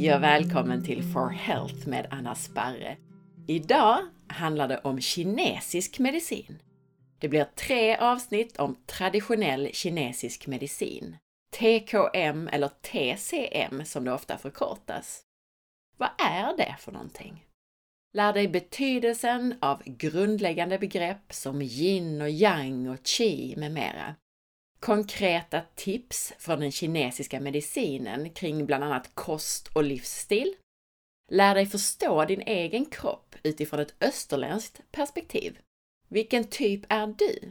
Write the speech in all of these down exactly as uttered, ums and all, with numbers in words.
Hej och välkommen till For Health med Anna Sparre. Idag handlar det om kinesisk medicin. Det blir tre avsnitt om traditionell kinesisk medicin. T K M eller T C M som det ofta förkortas. Vad är det för någonting? Lär dig betydelsen av grundläggande begrepp som yin och yang och qi med mera. Konkreta tips från den kinesiska medicinen kring bland annat kost och livsstil. Lär dig förstå din egen kropp utifrån ett österländskt perspektiv. Vilken typ är du?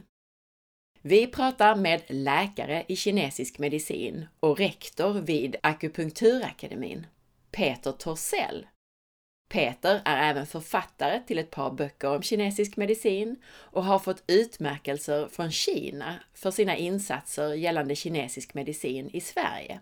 Vi pratar med läkare i kinesisk medicin och rektor vid Akupunkturakademin, Peter Torssell. Peter är även författare till ett par böcker om kinesisk medicin och har fått utmärkelser från Kina för sina insatser gällande kinesisk medicin i Sverige.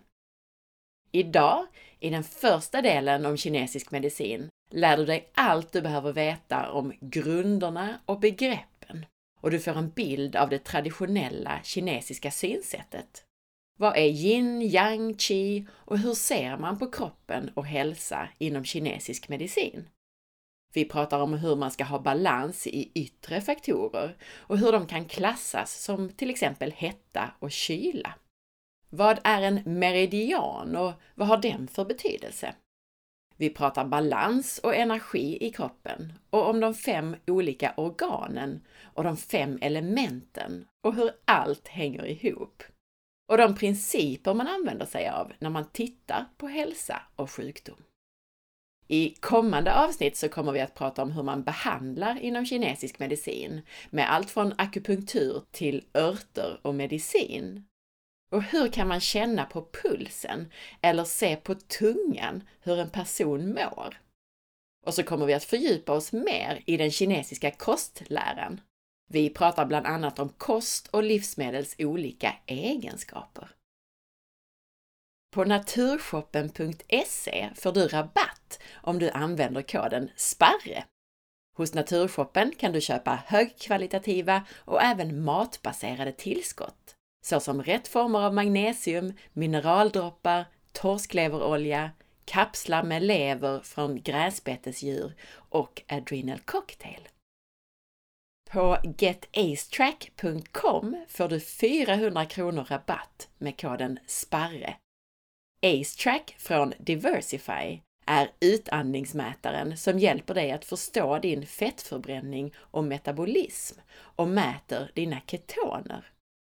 Idag, i den första delen om kinesisk medicin, lär du dig allt du behöver veta om grunderna och begreppen och du får en bild av det traditionella kinesiska synsättet. Vad är yin, yang, qi och hur ser man på kroppen och hälsa inom kinesisk medicin? Vi pratar om hur man ska ha balans i yttre faktorer och hur de kan klassas som till exempel hetta och kyla. Vad är en meridian och vad har den för betydelse? Vi pratar balans och energi i kroppen och om de fem olika organen och de fem elementen och hur allt hänger ihop. Och de principer man använder sig av när man tittar på hälsa och sjukdom. I kommande avsnitt så kommer vi att prata om hur man behandlar inom kinesisk medicin med allt från akupunktur till örter och medicin. Och hur kan man känna på pulsen eller se på tungan hur en person mår? Och så kommer vi att fördjupa oss mer i den kinesiska kostläran. Vi pratar bland annat om kost och livsmedels olika egenskaper. På naturshoppen punkt se får du rabatt om du använder koden SPARRE. Hos Naturshoppen kan du köpa högkvalitativa och även matbaserade tillskott, såsom rätt former av magnesium, mineraldroppar, torskleverolja, kapslar med lever från gräsbetesdjur och adrenal cocktail. På get ace track punkt com får du fyrahundra kronor rabatt med koden SPARRE. AceTrack från Diversify är utandningsmätaren som hjälper dig att förstå din fettförbränning och metabolism och mäter dina ketoner.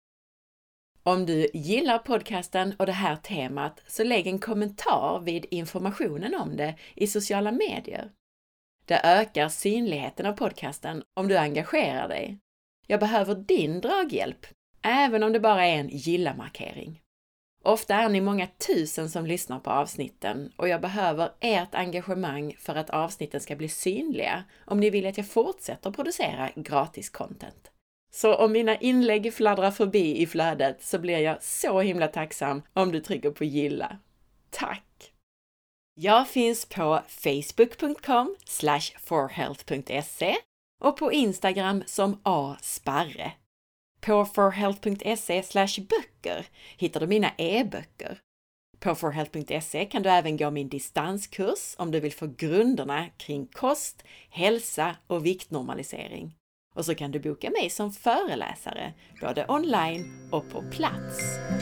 Om du gillar podcasten och det här temat så lägg en kommentar vid informationen om det i sociala medier. Det ökar synligheten av podcasten om du engagerar dig. Jag behöver din draghjälp, även om det bara är en gilla-markering. Ofta är ni många tusen som lyssnar på avsnitten och jag behöver ert engagemang för att avsnitten ska bli synliga om ni vill att jag fortsätter producera gratis content. Så om mina inlägg fladdrar förbi i flödet så blir jag så himla tacksam om du trycker på gilla. Tack! Jag finns på facebook punkt com slash forhealth punkt se och på Instagram som asparre. På forhealth punkt se slash böcker hittar du mina e-böcker. På forhealth punkt se kan du även gå min distanskurs om du vill få grunderna kring kost, hälsa och viktnormalisering. Och så kan du boka mig som föreläsare, både online och på plats.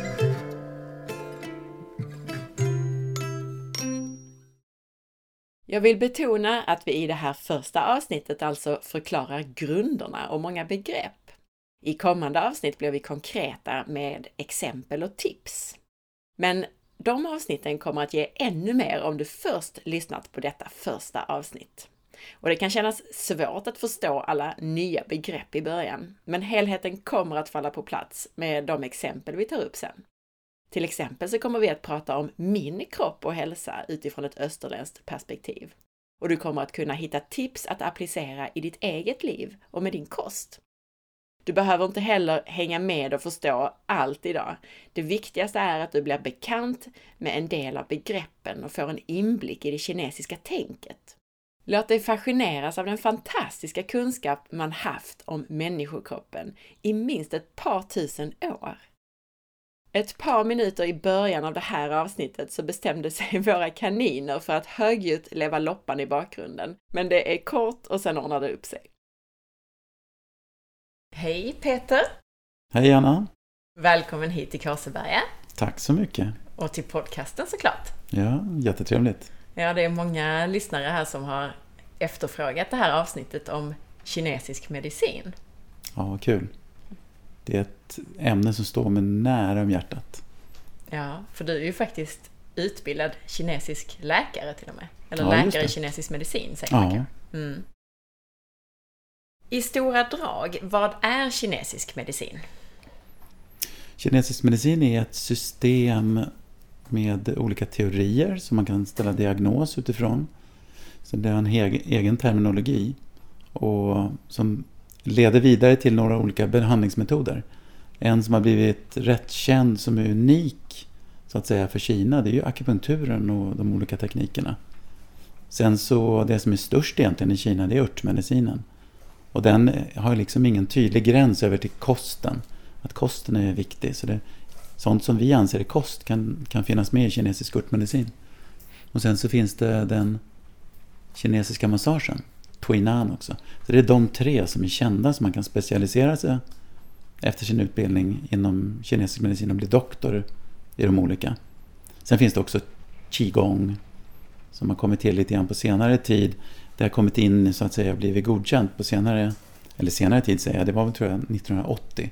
Jag vill betona att vi i det här första avsnittet alltså förklarar grunderna och många begrepp. I kommande avsnitt blir vi konkreta med exempel och tips. Men de avsnitten kommer att ge ännu mer om du först lyssnat på detta första avsnitt. Och det kan kännas svårt att förstå alla nya begrepp i början, men helheten kommer att falla på plats med de exempel vi tar upp sen. Till exempel så kommer vi att prata om min kropp och hälsa utifrån ett österländskt perspektiv. Och du kommer att kunna hitta tips att applicera i ditt eget liv och med din kost. Du behöver inte heller hänga med och förstå allt idag. Det viktigaste är att du blir bekant med en del av begreppen och får en inblick i det kinesiska tänket. Låt dig fascineras av den fantastiska kunskap man haft om människokroppen i minst ett par tusen år. Ett par minuter i början av det här avsnittet så bestämde sig våra kaniner för att högljutt leva loppan i bakgrunden. Men det är kort och sen ordnar det upp sig. Hej Peter! Hej Anna! Välkommen hit till Karseberga. Tack så mycket! Och till podcasten såklart. Ja, jättetrevligt. Ja, det är många lyssnare här som har efterfrågat det här avsnittet om kinesisk medicin. Ja, kul. Det är ett ämne som står mig nära om hjärtat. Ja, för du är ju faktiskt utbildad kinesisk läkare till och med. Eller ja, läkare i kinesisk medicin, säger man. Ja. Mm. I stora drag, vad är kinesisk medicin? Kinesisk medicin är ett system med olika teorier som man kan ställa diagnos utifrån. Så det är en egen terminologi och som leder vidare till några olika behandlingsmetoder. En som har blivit rätt känd som är unik så att säga för Kina, det är ju akupunkturen och de olika teknikerna. Sen så det som är störst egentligen i Kina, det är örtmedicinen. Och den har liksom ingen tydlig gräns över till kosten. Att kosten är viktig. Så det, sånt som vi anser är kost kan, kan finnas med i kinesisk örtmedicin. Och sen så finns det den kinesiska massagen, Tuinan också. Så det är de tre som är kända som man kan specialisera sig efter sin utbildning inom kinesisk medicin och bli doktor i de olika. Sen finns det också Qigong som har kommit till lite grann på senare tid. Det har kommit in så att säga och blivit godkänt på senare, eller senare tid säger jag, det var väl tror jag nittonhundraåttio.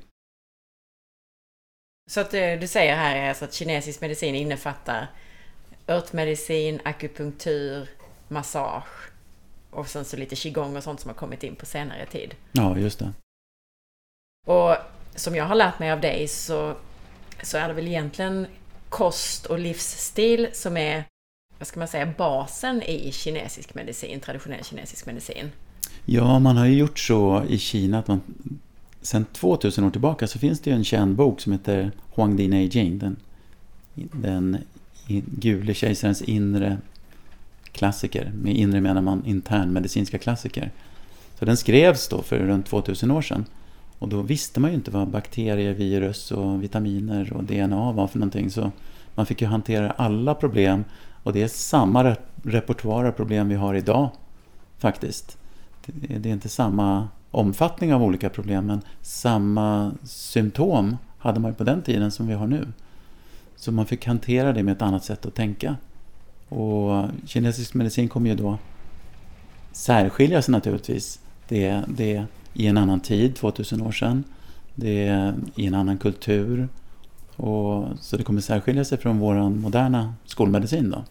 Så att det du säger här är alltså att kinesisk medicin innefattar örtmedicin, akupunktur, massage och sen så lite qigong och sånt som har kommit in på senare tid. Ja, just det. Och som jag har lärt mig av dig så, så är det väl egentligen kost och livsstil som är, vad ska man säga, basen i kinesisk medicin, traditionell kinesisk medicin. Ja, man har ju gjort så i Kina att man sedan tvåtusen år tillbaka så finns det ju en känd bok som heter Huangdi Neijing, den, den gule kejsarens inre klassiker. Med inre menar man intern medicinska klassiker. Så den skrevs då för runt tvåtusen år sedan. Och då visste man ju inte vad bakterier, virus och vitaminer och D N A var för någonting. Så man fick ju hantera alla problem. Och det är samma repertoar av problem vi har idag faktiskt. Det är inte samma omfattning av olika problem, men samma symptom hade man ju på den tiden som vi har nu. Så man fick hantera det med ett annat sätt att tänka. Och kinesisk medicin kommer ju då särskilja sig naturligtvis. Det, det är i en annan tid, tvåtusen år sedan. Det är i en annan kultur. Och, så det kommer särskilja sig från vår moderna skolmedicin då.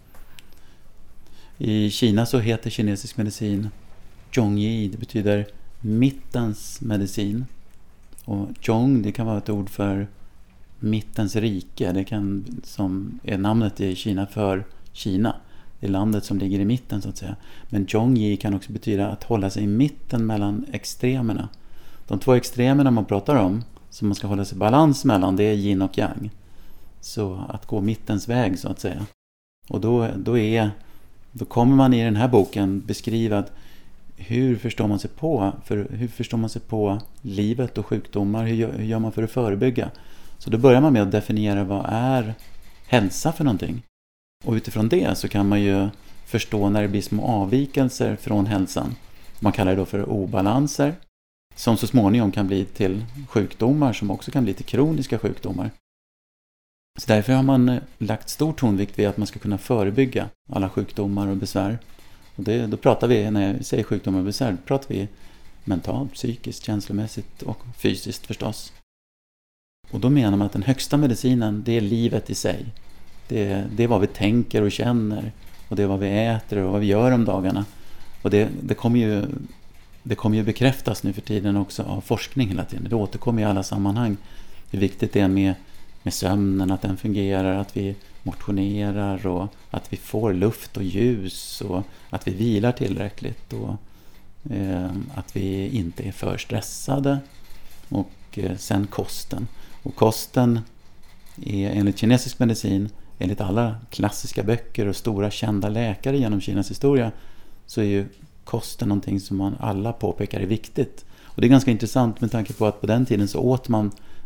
I Kina så heter kinesisk medicin Zhongyi, det betyder mittens medicin. Och Zhong, det kan vara ett ord för mittens rike. Det kan, som är namnet i Kina för Kina. Det är landet som ligger i mitten så att säga. Men Zhongyi kan också betyda att hålla sig i mitten mellan extremerna. De två extremerna man pratar om, som man ska hålla sig i balans mellan, det är yin och yang. Så att gå mittens väg så att säga. Och då, då, är, då kommer man i den här boken beskriva hur förstår man sig på, för, hur förstår man sig på livet och sjukdomar, hur gör, hur gör man för att förebygga. Så då börjar man med att definiera vad är hälsa för någonting. Och utifrån det så kan man ju förstå när det blir små avvikelser från hälsan. Man kallar det då för obalanser. Som så småningom kan bli till sjukdomar som också kan bli till kroniska sjukdomar. Så därför har man lagt stor tonvikt vid att man ska kunna förebygga alla sjukdomar och besvär. Och det, då pratar vi, när jag säger sjukdomar och besvär, då pratar vi mentalt, psykiskt, känslomässigt och fysiskt förstås. Och då menar man att den högsta medicinen, det är livet i sig. Det, det är vad vi tänker och känner. Och det är vad vi äter och vad vi gör om dagarna. Och det, det kommer ju, det kommer ju bekräftas nu för tiden också av forskning hela tiden. Det återkommer i alla sammanhang. Hur viktigt det är med, med sömnen, att den fungerar, att vi motionerar och att vi får luft och ljus och att vi vilar tillräckligt och eh, att vi inte är för stressade. Och eh, sen kosten. Och kosten är enligt kinesisk medicin, enligt alla klassiska böcker och stora kända läkare genom Kinas historia, så är ju kosten någonting som man alla påpekar är viktigt. Och det är ganska intressant med tanke på att på den tiden så åt man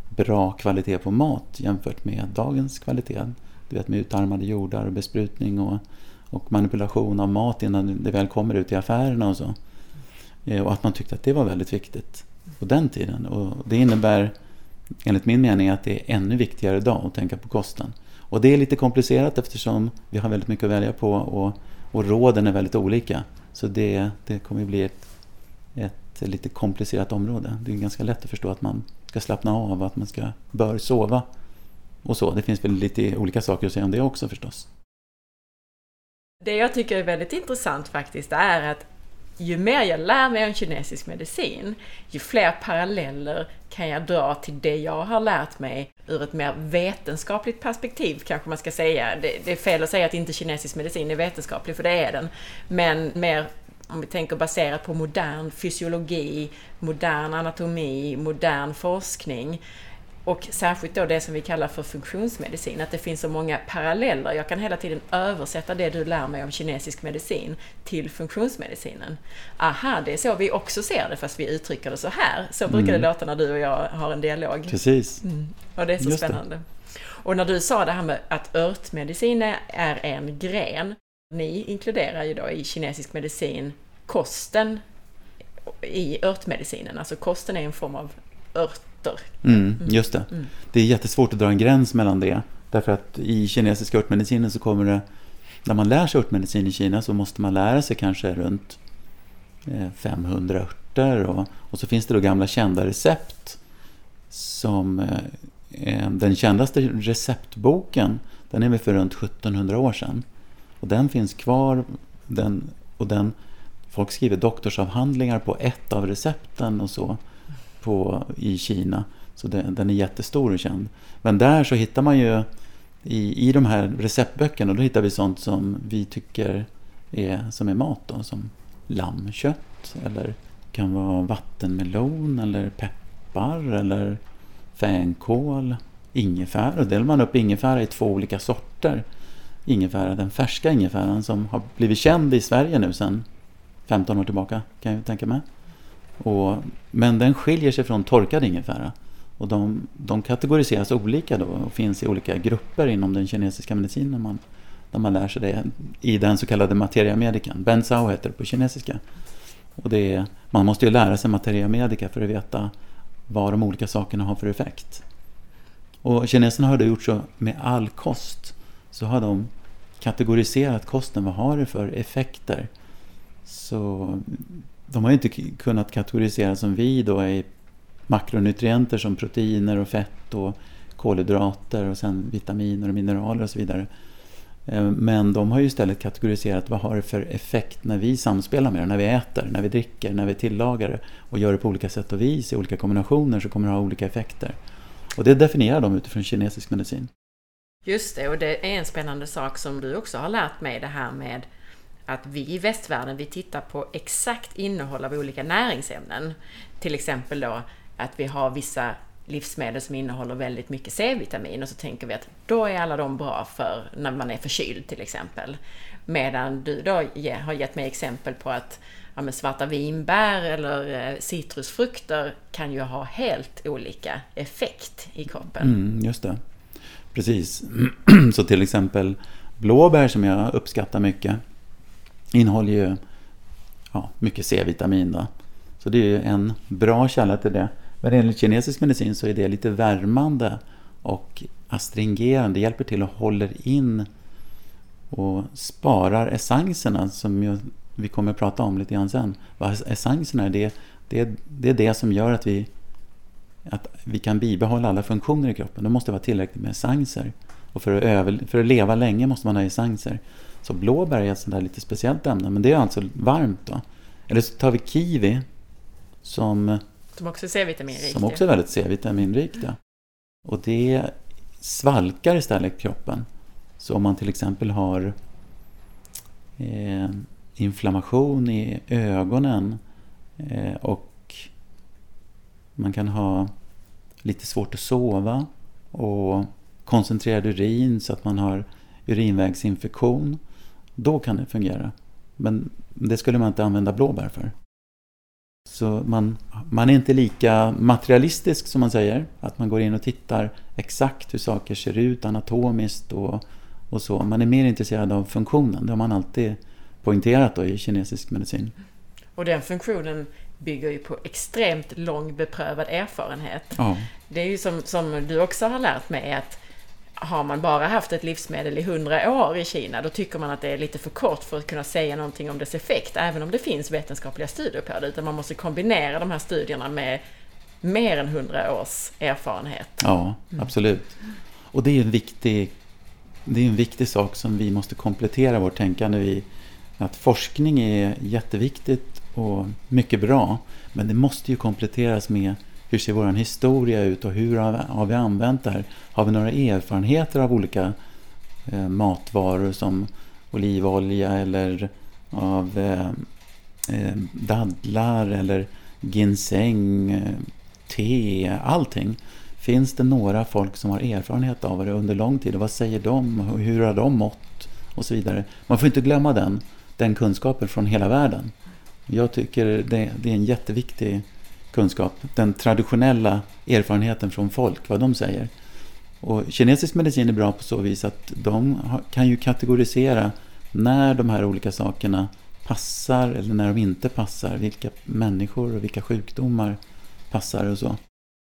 bra kvalitet på mat jämfört med dagens kvalitet. Du vet, med utarmade jordar och besprutning och, och manipulation av mat innan det väl kommer ut i affärerna och så. Och att man tyckte att det var väldigt viktigt på den tiden. Och det innebär enligt min mening att det är ännu viktigare idag att tänka på kosten. Och det är lite komplicerat eftersom vi har väldigt mycket att välja på och, och råden är väldigt olika. Så det, det kommer bli ett, ett lite komplicerat område. Det är ganska lätt att förstå att man ska slappna av, att man ska bör sova och så. Det finns väl lite olika saker att säga om det också förstås. Det jag tycker är väldigt intressant faktiskt är att ju mer jag lär mig om kinesisk medicin, ju fler paralleller kan jag dra till det jag har lärt mig ur ett mer vetenskapligt perspektiv, kanske man ska säga. Det, det är fel att säga att inte kinesisk medicin är vetenskaplig, för det är den. Men mer, om vi tänker baserat på modern fysiologi, modern anatomi, modern forskning, och särskilt då det som vi kallar för funktionsmedicin, att det finns så många paralleller. Jag kan hela tiden översätta det du lär mig om kinesisk medicin till funktionsmedicinen. Aha, det är så vi också ser det, fast vi uttrycker det så här. Så brukar mm. det låta när du och jag har en dialog. Precis. Mm. Och det är så Just spännande. Det. Och när du sa det här med att örtmedicin är en gren, ni inkluderar ju då i kinesisk medicin kosten i örtmedicinen. Alltså kosten är en form av ört. Mm, just det. Mm. Det är jättesvårt att dra en gräns mellan det. Därför att i kinesisk örtmedicinen så kommer det, när man lär sig örtmedicin i Kina så måste man lära sig kanske runt femhundra örter. Och, och så finns det då gamla kända recept som eh, den kändaste receptboken, den är väl för runt sjuttonhundra år sedan. Och den finns kvar, den, och den, folk skriver doktorsavhandlingar på ett av recepten och så. På, i Kina. Så det, den är jättestor och känd. Men där så hittar man ju i, i de här receptböckerna, då hittar vi sånt som vi tycker är, som är mat då, som lammkött eller kan vara vattenmelon eller peppar eller fänkål, ingefära. Och delar man upp ingefära i två olika sorter. Ingefära, den färska ingefäran som har blivit känd i Sverige nu sedan femton år tillbaka, kan jag tänka mig. Och, men den skiljer sig från torkad ingefära. Och de, de kategoriseras olika då och finns i olika grupper inom den kinesiska medicinen när man, när man lär sig det i den så kallade materia medica. Bensao heter det på kinesiska. Och det är, man måste ju lära sig materia medica för att veta vad de olika sakerna har för effekt. Och kineserna har det gjort så med all kost. Så har de kategoriserat kosten. Vad har det för effekter? Så de har inte kunnat kategorisera som vi då i makronutrienter som proteiner och fett och kolhydrater och sen vitaminer och mineraler och så vidare. Men de har ju istället kategoriserat vad har det för effekt när vi samspelar med det, när vi äter, när vi dricker, när vi tillagar det och gör det på olika sätt och vis i olika kombinationer, så kommer det ha olika effekter. Och det definierar de utifrån kinesisk medicin. Just det, och det är en spännande sak som du också har lärt mig, det här med att vi i västvärlden, vi tittar på exakt innehåll av olika näringsämnen. Till exempel då att vi har vissa livsmedel som innehåller väldigt mycket C-vitamin, och så tänker vi att då är alla de bra för när man är förkyld till exempel. Medan du då har gett mig exempel på att ja, men svarta vinbär eller citrusfrukter kan ju ha helt olika effekt i kroppen. Mm, just det. Precis. Så till exempel blåbär, som jag uppskattar mycket, innehåller ju ja, mycket C-vitamin då. Så det är ju en bra källa till det. Men enligt kinesisk medicin så är det lite värmande och astringerande. Det hjälper till att hålla in och sparar essenserna, som ju, vi kommer att prata om lite grann sen. Vad essenserna är, det, det, det är det som gör att vi, att vi kan bibehålla alla funktioner i kroppen. Det måste vara tillräckligt med essenser. Och för att, över, för att leva länge måste man ha essenser. Så blåbär är ett sånt där lite speciellt ämne, men det är alltså varmt då. Eller så tar vi kiwi som, som också är C-vitaminrikt. Som också är väldigt C-vitaminrikt, ja. Och det svalkar istället kroppen. Så om man till exempel har eh, inflammation i ögonen eh, och man kan ha lite svårt att sova och koncentrerad urin så att man har urinvägsinfektion, då kan det fungera. Men det skulle man inte använda blåbär för. Så man, man är inte lika materialistisk som man säger. Att man går in och tittar exakt hur saker ser ut anatomiskt och, och så. Man är mer intresserad av funktionen. Det har man alltid poängterat då i kinesisk medicin. Och den funktionen bygger ju på extremt lång beprövad erfarenhet. Ja. Det är ju som, som du också har lärt mig att har man bara haft ett livsmedel i hundra år i Kina, då tycker man att det är lite för kort för att kunna säga någonting om dess effekt, även om det finns vetenskapliga studier på det, utan man måste kombinera de här studierna med mer än hundra års erfarenhet. Ja, absolut. Och det är en viktig, det är en viktig sak som vi måste komplettera vårt tänkande i. Att forskning är jätteviktigt och mycket bra, men det måste ju kompletteras med hur ser vår historia ut och hur har vi använt det här? Har vi några erfarenheter av olika eh, matvaror som olivolja eller av eh, eh, dadlar eller ginseng, eh, te, allting. Finns det några folk som har erfarenhet av det under lång tid och vad säger de och hur har de mått och så vidare. Man får inte glömma den, den kunskapen från hela världen. Jag tycker det, det är en jätteviktig kunskap, den traditionella erfarenheten från folk, vad de säger. Och kinesisk medicin är bra på så vis att de kan ju kategorisera när de här olika sakerna passar eller när de inte passar, vilka människor och vilka sjukdomar passar och så.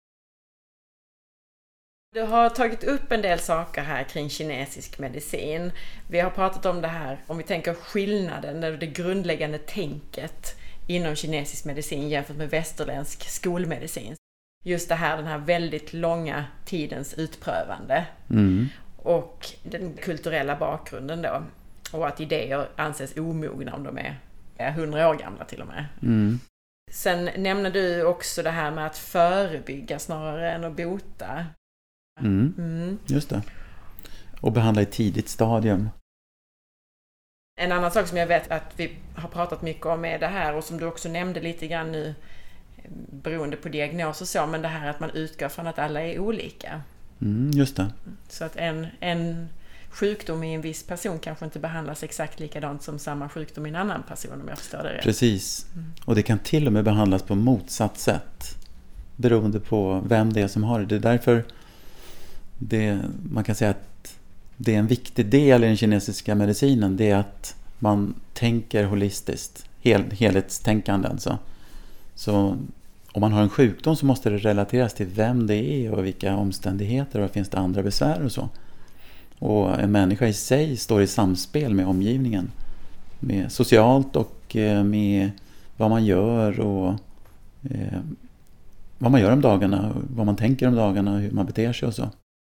Du har tagit upp en del saker här kring kinesisk medicin. Vi har pratat om det här, om vi tänker skillnaden, det grundläggande tänket inom kinesisk medicin jämfört med västerländsk skolmedicin. Just det här, den här väldigt långa tidens utprövande. Mm. Och den kulturella bakgrunden då. Och att idéer anses omogna om de är hundra år gamla till och med. Mm. Sen nämner du också det här med att förebygga snarare än att bota. Mm. Mm. Just det. Och behandla i tidigt stadium. En annan sak som jag vet att vi har pratat mycket om är det här, och som du också nämnde lite grann nu beroende på diagnos och så, men det här att man utgår från att alla är olika. Mm, just det. Så att en, en sjukdom i en viss person kanske inte behandlas exakt likadant som samma sjukdom i en annan person, om jag förstår det rätt. Precis. Mm. Och det kan till och med behandlas på motsatt sätt beroende på vem det är som har det. Det är därför det, man kan säga att det är en viktig del i den kinesiska medicinen, det är att man tänker holistiskt, hel, helhetstänkande alltså. Så om man har en sjukdom så måste det relateras till vem det är och vilka omständigheter och finns det andra besvär och så. Och en människa i sig står i samspel med omgivningen, med socialt och med vad man gör och eh, vad man gör om dagarna, vad man tänker om dagarna, hur man beter sig och så.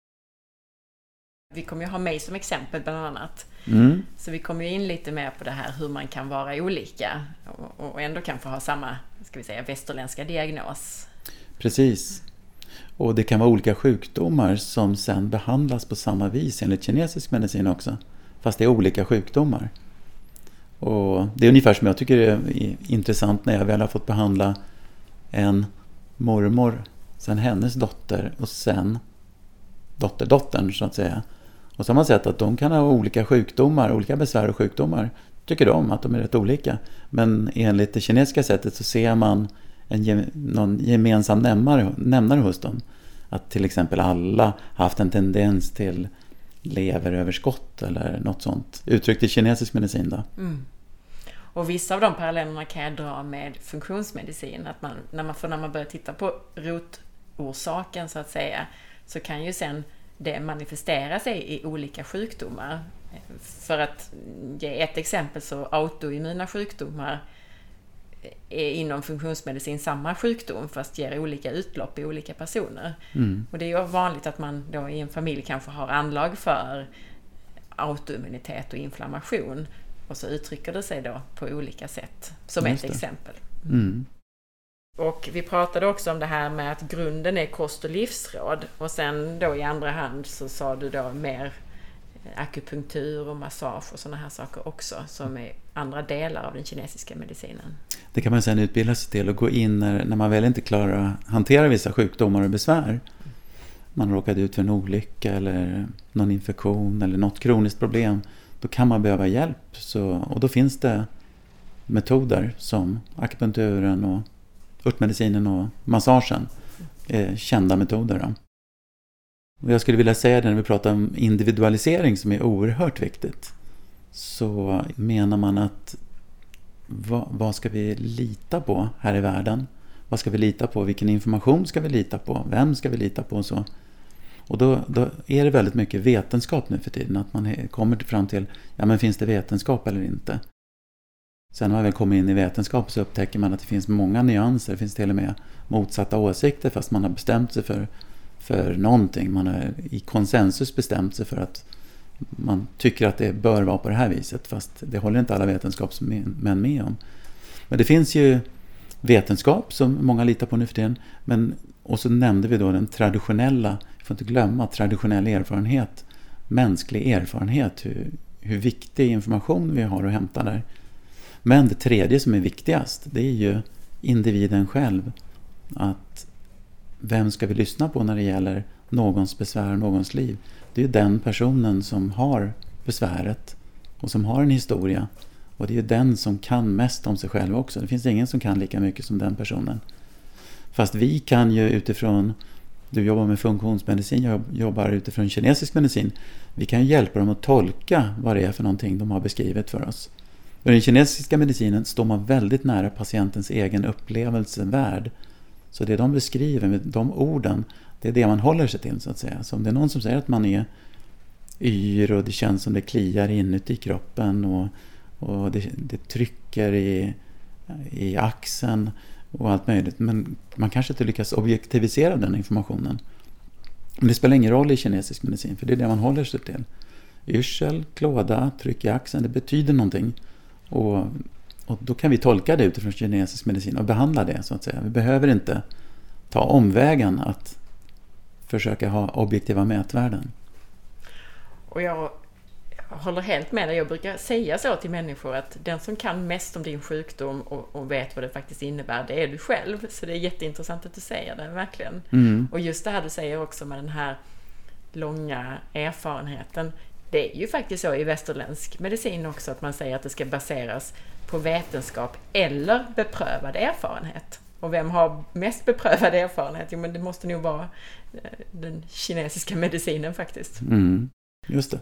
Vi kommer ju ha mig som exempel bland annat. Mm. Så vi kommer ju in lite mer på det här hur man kan vara olika och, och ändå kan få ha samma, ska vi säga, västerländska diagnos. Precis. Och det kan vara olika sjukdomar som sen behandlas på samma vis enligt kinesisk medicin också. Fast det är olika sjukdomar. Och det är ungefär som jag tycker det är intressant när jag väl har fått behandla en mormor, sen hennes dotter och sen dotterdottern så att säga. Och så har man sett att de kan ha olika sjukdomar, olika besvär och sjukdomar. Tycker de att de är rätt olika. Men enligt det kinesiska sättet så ser man en, någon gemensam nämnare, nämnare hos dem. Att till exempel alla haft en tendens till leveröverskott eller något sånt. Uttryckt i kinesisk medicin då. Mm. Och vissa av de parallellerna kan jag dra med funktionsmedicin. Att man, när, man, för när man börjar titta på rotorsaken så att säga, så kan ju sen det manifestera sig i olika sjukdomar. För att ge ett exempel så autoimmuna sjukdomar är inom funktionsmedicin samma sjukdom fast ger olika utlopp i olika personer. Mm. Och det är ju vanligt att man då i en familj kanske har anlag för autoimmunitet och inflammation och så uttrycker det sig då på olika sätt som ett exempel. Mm. Och vi pratade också om det här med att grunden är kost- och livsråd. Och sen då i andra hand så sa du då mer akupunktur och massage och sådana här saker också som är andra delar av den kinesiska medicinen. Det kan man sedan utbilda sig till och gå in när, när man väl inte klarar att hantera vissa sjukdomar och besvär. Man råkar ut för en olycka eller någon infektion eller något kroniskt problem. Då kan man behöva hjälp. Så, och då finns det metoder som akupunkturen och örtmedicinen och massagen är kända metoder. Då. Och jag skulle vilja säga det när vi pratar om individualisering som är oerhört viktigt. Så menar man att vad, vad ska vi lita på här i världen? Vad ska vi lita på? Vilken information ska vi lita på? Vem ska vi lita på? Och, så. och då, då är det väldigt mycket vetenskap nu för tiden. Att man kommer fram till, ja men finns det vetenskap eller inte? Sen när man väl kommer in i vetenskap så upptäcker man att det finns många nyanser. Det finns till och med motsatta åsikter fast man har bestämt sig för, för någonting. Man har i konsensus bestämt sig för att man tycker att det bör vara på det här viset. Fast det håller inte alla vetenskapsmän med om. Men det finns ju vetenskap som många litar på nu för tiden. Men, och så nämnde vi då den traditionella, jag får inte glömma, traditionell erfarenhet. Mänsklig erfarenhet. Hur, hur viktig information vi har att hämta där. Men det tredje som är viktigast, det är ju individen själv. Att vem ska vi lyssna på när det gäller någons besvär, någons liv? Det är ju den personen som har besväret och som har en historia. Och det är ju den som kan mest om sig själv också. Det finns ingen som kan lika mycket som den personen. Fast vi kan ju utifrån, du jobbar med funktionsmedicin, jag jobbar utifrån kinesisk medicin. Vi kan ju hjälpa dem att tolka vad det är för någonting de har beskrivit för oss. Och i den kinesiska medicinen står man väldigt nära patientens egen upplevelsevärld. Så det de beskriver med de orden, det är det man håller sig till så att säga. Så om det är någon som säger att man är yr och det känns som det kliar inuti kroppen och, och det, det trycker i, i axeln och allt möjligt. Men man kanske inte lyckas objektivisera den informationen. Men det spelar ingen roll i kinesisk medicin för det är det man håller sig till. Yrsel, klåda, tryck i axeln, det betyder någonting. Och, och då kan vi tolka det utifrån kinesisk medicin och behandla det så att säga. Vi behöver inte ta omvägen att försöka ha objektiva mätvärden. Och jag håller helt med dig. Jag brukar säga så till människor att den som kan mest om din sjukdom och, och vet vad det faktiskt innebär, det är du själv. Så det är jätteintressant att du säger det, verkligen. Mm. Och just det här du säger också med den här långa erfarenheten. Det är ju faktiskt så i västerländsk medicin också att man säger att det ska baseras på vetenskap eller beprövad erfarenhet. Och vem har mest beprövad erfarenhet? Jo, men det måste nog vara den kinesiska medicinen faktiskt. Mm, just det.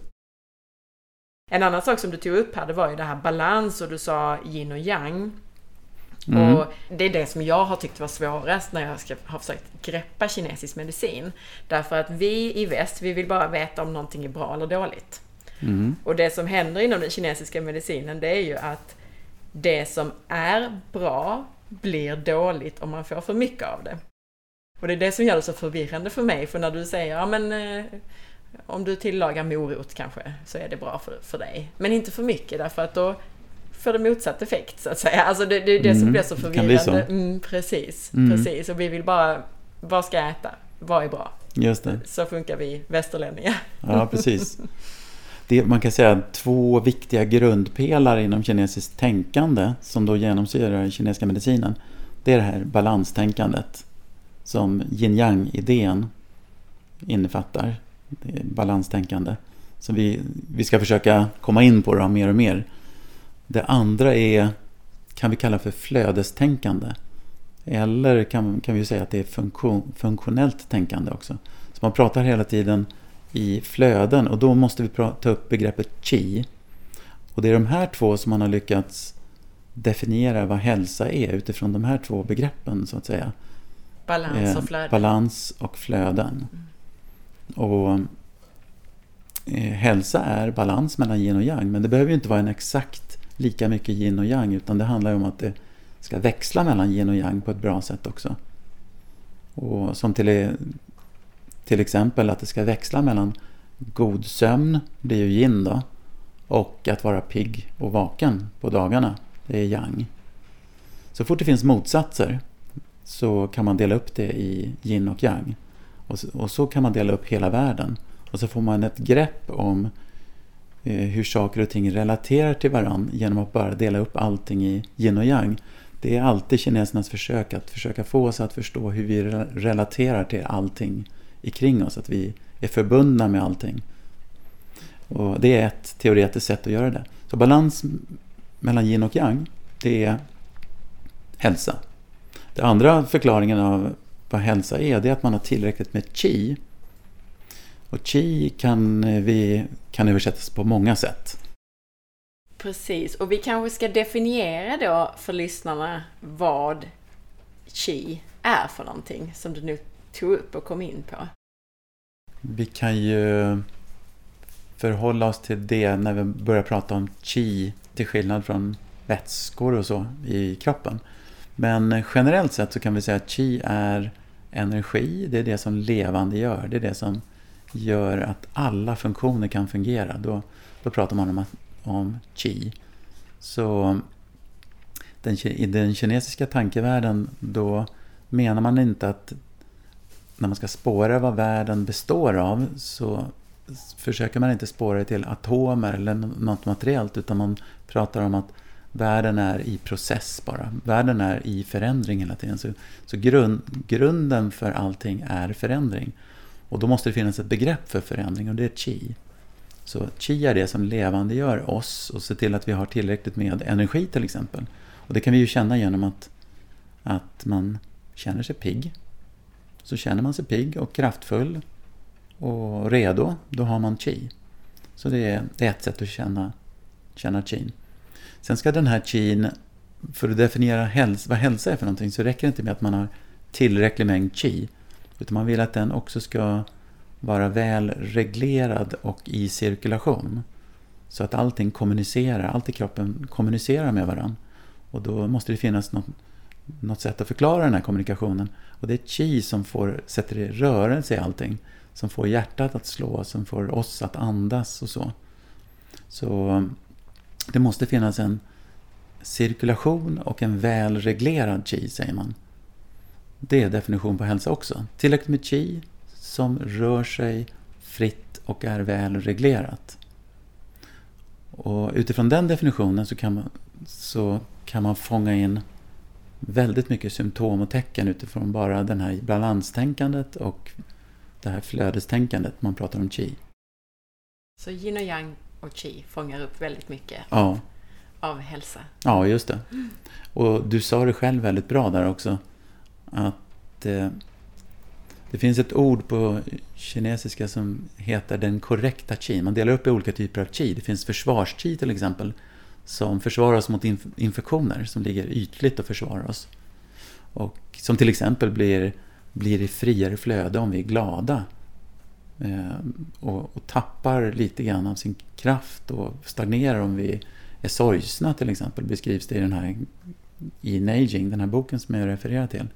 En annan sak som du tog upp här, det var ju det här balans och du sa yin och yang. Mm. Och det är det som jag har tyckt var svårast när jag ska, har försökt greppa kinesisk medicin. Därför att vi i väst, vi vill bara veta om någonting är bra eller dåligt. Mm. Och det som händer inom den kinesiska medicinen, det är ju att det som är bra blir dåligt om man får för mycket av det. Och det är det som gör det så förvirrande för mig. För när du säger, ja men eh, om du tillagar morot kanske så är det bra för, för dig. Men inte för mycket därför att då får det motsatt effekt så att säga. Alltså det, det är det mm, som blir så förvirrande. Så. Mm, precis, mm. precis. Och vi vill bara, vad ska jag äta? Vad är bra? Just det. Så funkar vi västerlänningar. Ja, precis. Det, man kan säga två viktiga grundpelare inom kinesiskt tänkande som då genomsyrar den kinesiska medicinen. Det är det här balanstänkandet som yin-yang-idén innefattar. Det är balanstänkande. Så vi, vi ska försöka komma in på det mer och mer. Det andra är, kan vi kalla för flödestänkande. Eller kan, kan vi säga att det är funktion, funktionellt tänkande också. Så man pratar hela tiden i flöden och då måste vi ta upp begreppet qi. Och det är de här två som man har lyckats definiera vad hälsa är utifrån de här två begreppen så att säga. Balans och flöden. Eh, balans och flöden. Mm. Och eh, hälsa är balans mellan yin och yang, men det behöver ju inte vara en exakt lika mycket yin och yang utan det handlar ju om att det ska växla mellan yin och yang på ett bra sätt också. Och som till Till exempel att det ska växla mellan god sömn, det är ju yin då, och att vara pigg och vaken på dagarna, det är yang. Så fort det finns motsatser så kan man dela upp det i yin och yang. Och så, och så kan man dela upp hela världen. Och så får man ett grepp om eh, hur saker och ting relaterar till varann genom att bara dela upp allting i yin och yang. Det är alltid kinesernas försök att försöka få oss att förstå hur vi relaterar till allting kring oss, att vi är förbundna med allting. Och det är ett teoretiskt sätt att göra det. Så balans mellan yin och yang, det är hälsa. Den andra förklaringen av vad hälsa är, det är att man har tillräckligt med qi. Och qi kan, vi, kan översättas på många sätt. Precis, och vi kanske ska definiera då för lyssnarna vad qi är för någonting som du nu tog upp och kom in på. Vi kan ju förhålla oss till det när vi börjar prata om qi till skillnad från vätskor och så i kroppen. Men generellt sett så kan vi säga att qi är energi, det är det som levande gör, det är det som gör att alla funktioner kan fungera. Då, då pratar man om, om qi. Så den, i den kinesiska tankevärlden då menar man inte att när man ska spåra vad världen består av så försöker man inte spåra det till atomer eller något materiellt, utan man pratar om att världen är i process bara. Världen är i förändring hela tiden. Så, så grund, grunden för allting är förändring. Och då måste det finnas ett begrepp för förändring och det är qi. Så qi är det som levande gör oss och ser till att vi har tillräckligt med energi till exempel. Och det kan vi ju känna genom att, att man känner sig pigg. Så känner man sig pigg och kraftfull och redo, då har man qi. Så det är, det är ett sätt att känna, känna qi. Sen ska den här qin, för att definiera hälsa, vad hälsa är för någonting, så räcker det inte med att man har tillräcklig mängd qi. Utan man vill att den också ska vara väl reglerad och i cirkulation. Så att allting kommunicerar, allt i kroppen kommunicerar med varandra. Och då måste det finnas något, något sätt att förklara den här kommunikationen. Och det är qi som får, sätter i rörelse i allting. Som får hjärtat att slå, som får oss att andas och så. Så det måste finnas en cirkulation och en väl reglerad qi, säger man. Det är definition på hälsa också. Tillräckligt med qi som rör sig fritt och är väl reglerat. Och utifrån den definitionen så kan man, så kan man fånga in väldigt mycket symptom och tecken utifrån bara den här balanstänkandet och det här flödestänkandet man pratar om qi. Så yin och yang och qi fångar upp väldigt mycket ja. av hälsa. Ja, just det. Och du sa det själv väldigt bra där också. Att eh, det finns ett ord på kinesiska som heter den korrekta qi. Man delar upp i olika typer av qi. Det finns försvarsqi till exempel som försvarar oss mot inf- infektioner som ligger ytligt och försvarar oss. Och som till exempel blir, blir i friare flöde om vi är glada. Eh, och, och tappar lite grann av sin kraft och stagnerar om vi är sorgsna till exempel, beskrivs det i den här i Neijing, den här boken som jag refererar till.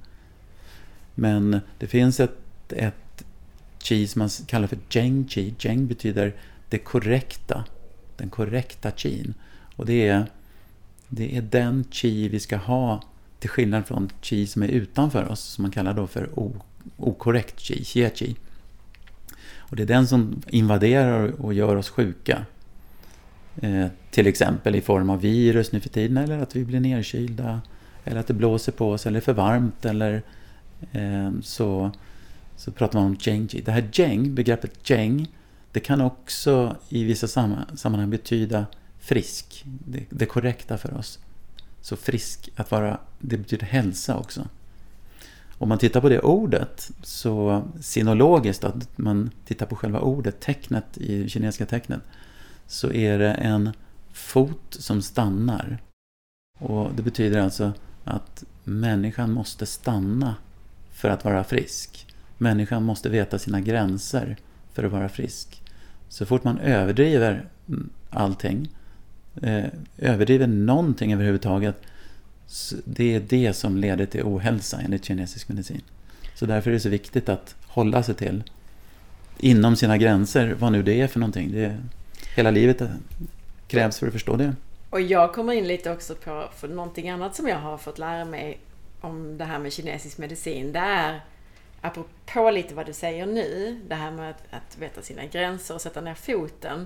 Men det finns ett, ett qi som man kallar för Zheng qi. Zheng betyder det korrekta, den korrekta qin. Och det är, det är den qi vi ska ha till skillnad från qi som är utanför oss, som man kallar då för o, okorrekt qi, xie qi. Och det är den som invaderar och gör oss sjuka. Eh, till exempel i form av virus nu för tiden, eller att vi blir nedkylda, eller att det blåser på oss, eller för varmt, eller eh, så, så pratar man om Zheng qi. Det här Zheng, begreppet Zheng, det kan också i vissa sammanhang betyda frisk, det, det korrekta för oss. Så frisk, att vara, det betyder hälsa också. Om man tittar på det ordet, så sinologiskt, att man tittar på själva ordet, tecknet i kinesiska tecknet, så är det en fot som stannar. Och det betyder alltså att människan måste stanna för att vara frisk. Människan måste veta sina gränser för att vara frisk. Så fort man överdriver allting, eh, överdriver någonting överhuvudtaget, det är det som leder till ohälsa enligt kinesisk medicin. Så därför är det så viktigt att hålla sig till inom sina gränser, vad nu det är för någonting. Det är, hela livet krävs för att förstå det. Och jag kommer in lite också på för någonting annat som jag har fått lära mig om det här med kinesisk medicin. Det är, apropå lite vad du säger nu, det här med att, att veta sina gränser och sätta ner foten.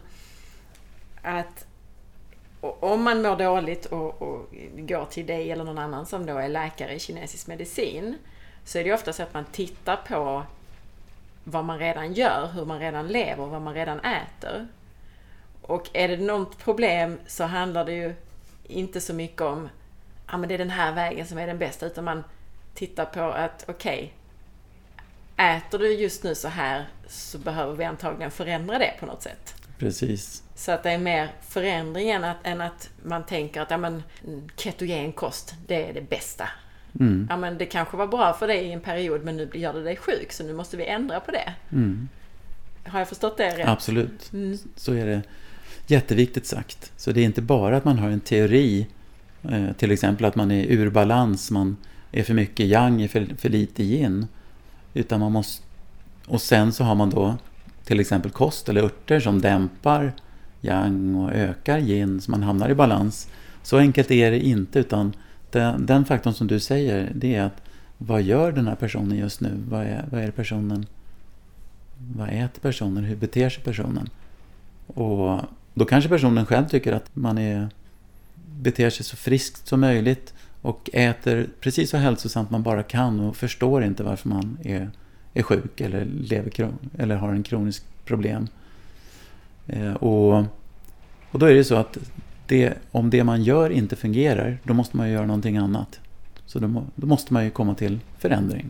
Att om man mår dåligt och, och går till dig eller någon annan som då är läkare i kinesisk medicin, så är det ofta så att man tittar på vad man redan gör, hur man redan lever, vad man redan äter. Och är det något problem så handlar det ju inte så mycket om ja, men det är den här vägen som är den bästa, utan man titta på att okej, okay, äter du just nu så här så behöver vi antagligen förändra det på något sätt. Precis. Så att det är mer förändring än att, än att man tänker att ja, men, ketogen kost, det är det bästa. Mm. Ja, men det kanske var bra för dig i en period, men nu gör det dig sjuk, så nu måste vi ändra på det. Mm. Har jag förstått det rätt? Absolut. Mm. Så är det jätteviktigt sagt. Så det är inte bara att man har en teori, eh, till exempel att man är ur balans, man är för mycket yang, är för, för lite yin, utan man måste, och sen så har man då till exempel kost eller örter som dämpar yang och ökar yin, så man hamnar i balans. Så enkelt är det inte, utan den, den faktorn som du säger, det är att vad gör den här personen just nu? Vad är, vad är det personen? Vad äter personen? Hur beter sig personen? Och då kanske personen själv tycker att man är, beter sig så friskt som möjligt och äter precis så hälsosamt man bara kan och förstår inte varför man är, är sjuk eller, lever, eller har en kronisk problem. Eh, och, och då är det så att det, om det man gör inte fungerar, då måste man ju göra någonting annat. Så då, må, då måste man ju komma till förändring.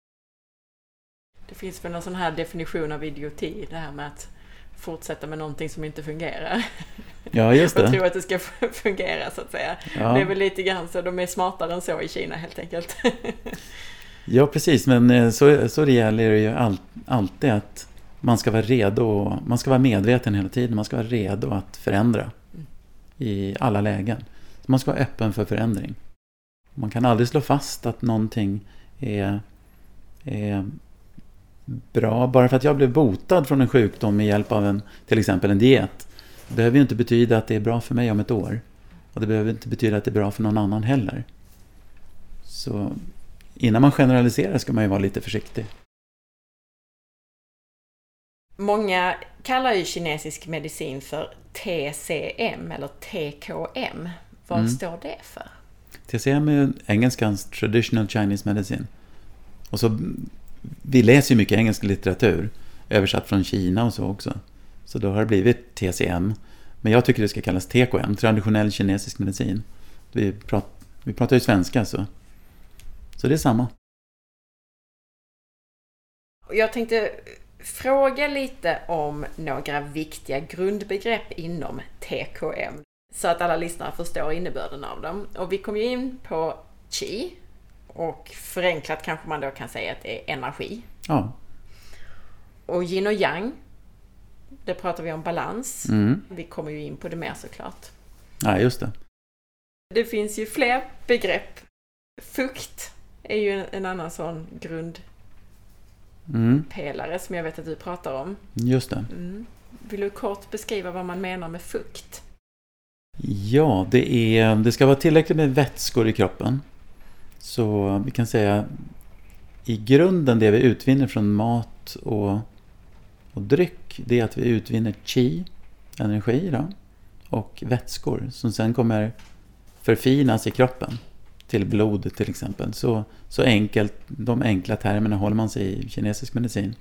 Det finns väl någon sån här definition av idioti, det här med att fortsätta med någonting som inte fungerar. Ja, just det. Och tro att det ska fungera, så att säga. Ja. Det är väl lite grann så, de är smartare än så i Kina helt enkelt. Ja, precis. Men så, så det gäller det ju all, alltid att man ska vara redo, man ska vara medveten hela tiden, man ska vara redo att förändra mm. i alla lägen. Så man ska vara öppen för förändring. Man kan aldrig slå fast att någonting är, är bra. Bara för att jag blev botad från en sjukdom med hjälp av en, till exempel en diet, det behöver ju inte betyda att det är bra för mig om ett år. Och det behöver inte betyda att det är bra för någon annan heller. Så innan man generaliserar ska man ju vara lite försiktig. Många kallar ju kinesisk medicin för T C M eller T K M. Vad mm. står det för? T C M är engelskans Traditional Chinese Medicine. Och så, vi läser ju mycket engelsk litteratur, översatt från Kina och så också. Så då har det blivit T C M. Men jag tycker det ska kallas T K M, Traditionell kinesisk medicin. Vi, prat, vi pratar ju svenska, så, så det är samma. Jag tänkte fråga lite om några viktiga grundbegrepp inom T K M, så att alla lyssnare förstår innebörden av dem. Och vi kom ju in på qi, och förenklat kanske man då kan säga att det är energi. Ja. Och yin och yang, det pratar vi om balans. Mm. Vi kommer ju in på det mer såklart. Ja, just det. Det finns ju fler begrepp. Fukt är ju en, en annan sån grundpelare mm. som jag vet att du pratar om. Just det. Mm. Vill du kort beskriva vad man menar med fukt? Ja, det, är, det ska vara tillräckligt med vätskor i kroppen. Så vi kan säga i grunden det vi utvinner från mat och, och dryck, det är att vi utvinner qi, energi då, och vätskor som sen kommer förfinas i kroppen till blod till exempel. Så, så enkelt, de enkla termerna håller man sig i kinesisk medicin.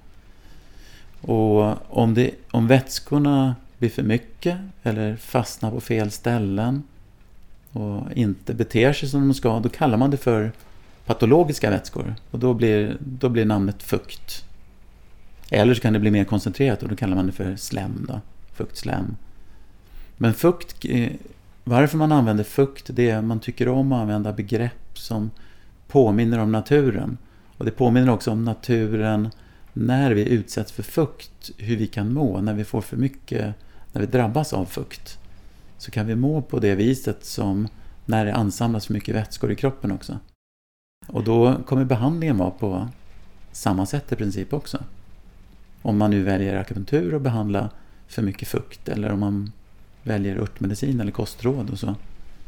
Och om, det, om vätskorna blir för mycket eller fastnar på fel ställen och inte beter sig som de ska, då kallar man det för patologiska vätskor. Och då blir, då blir namnet fukt. Eller så kan det bli mer koncentrerat och då kallar man det för slem då, fuktslem. Men fukt, varför man använder fukt, det är man tycker om att använda begrepp som påminner om naturen. Och det påminner också om naturen när vi utsätts för fukt, hur vi kan må när vi får för mycket, när vi drabbas av fukt. Så kan vi må på det viset som när det ansamlas för mycket vätskor i kroppen också. Och då kommer behandlingen vara på samma sätt i princip också. Om man nu väljer akupunktur och behandla för mycket fukt, eller om man väljer örtmedicin eller kostråd och så.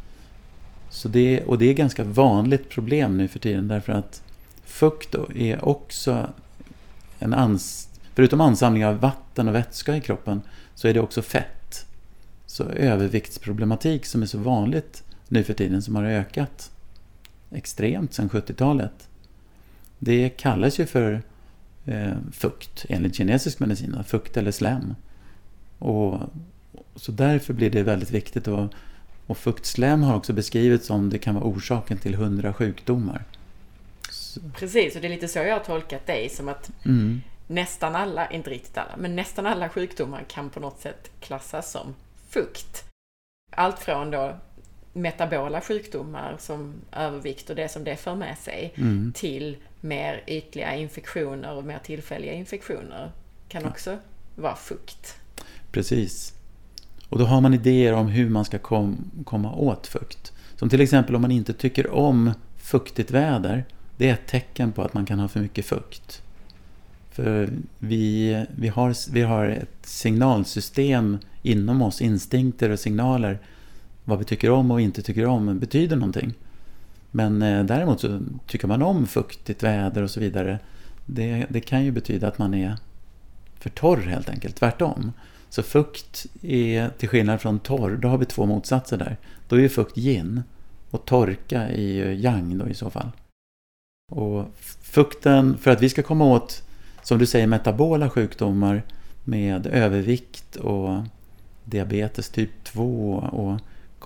Så det, och det är ganska vanligt problem nu för tiden, därför att fukt då är också en ans, förutom ansamling av vatten och vätska i kroppen, så är det också fett. Så överviktsproblematik som är så vanligt nu för tiden, som har ökat extremt sedan sjuttiotalet, det kallas ju för eh, fukt enligt kinesisk medicin, fukt eller slem. Och så därför blir det väldigt viktigt, och, och fuktslem har också beskrivits som det kan vara orsaken till hundra sjukdomar. Precis, och det är lite så jag har tolkat dig, som att mm. nästan alla, inte riktigt alla, men nästan alla sjukdomar kan på något sätt klassas som fukt. Allt från då metabola sjukdomar som övervikt och det som det för med sig mm. till mer ytliga infektioner och mer tillfälliga infektioner kan ja. också vara fukt. Precis. Och då har man idéer om hur man ska kom, komma åt fukt. Som till exempel om man inte tycker om fuktigt väder, det är ett tecken på att man kan ha för mycket fukt. För vi, vi, har, vi har ett signalsystem inom oss, instinkter och signaler, vad vi tycker om och inte tycker om betyder någonting. Men eh, däremot så tycker man om fuktigt väder och så vidare. Det, det kan ju betyda att man är för torr helt enkelt, tvärtom. Så fukt är, till skillnad från torr, då har vi två motsatser där. Då är fukt yin och torka är yang då i så fall. Och fukten, för att vi ska komma åt, som du säger, metabola sjukdomar med övervikt och diabetes typ två och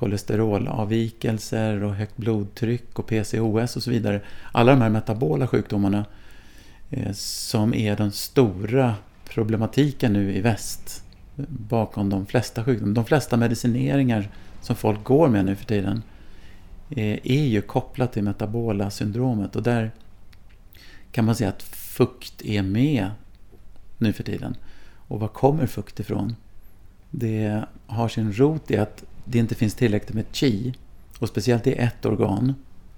kolesterolavvikelser och högt blodtryck och P C O S och så vidare. Alla de här metabola sjukdomarna eh, som är den stora problematiken nu i väst bakom de flesta sjukdomar. De flesta medicineringar som folk går med nu för tiden eh, är ju kopplat till metabola syndromet, och där kan man säga att fukt är med nu för tiden. Och var kommer fukt ifrån? Det har sin rot i att det inte finns tillräckligt med qi, och speciellt i ett organ.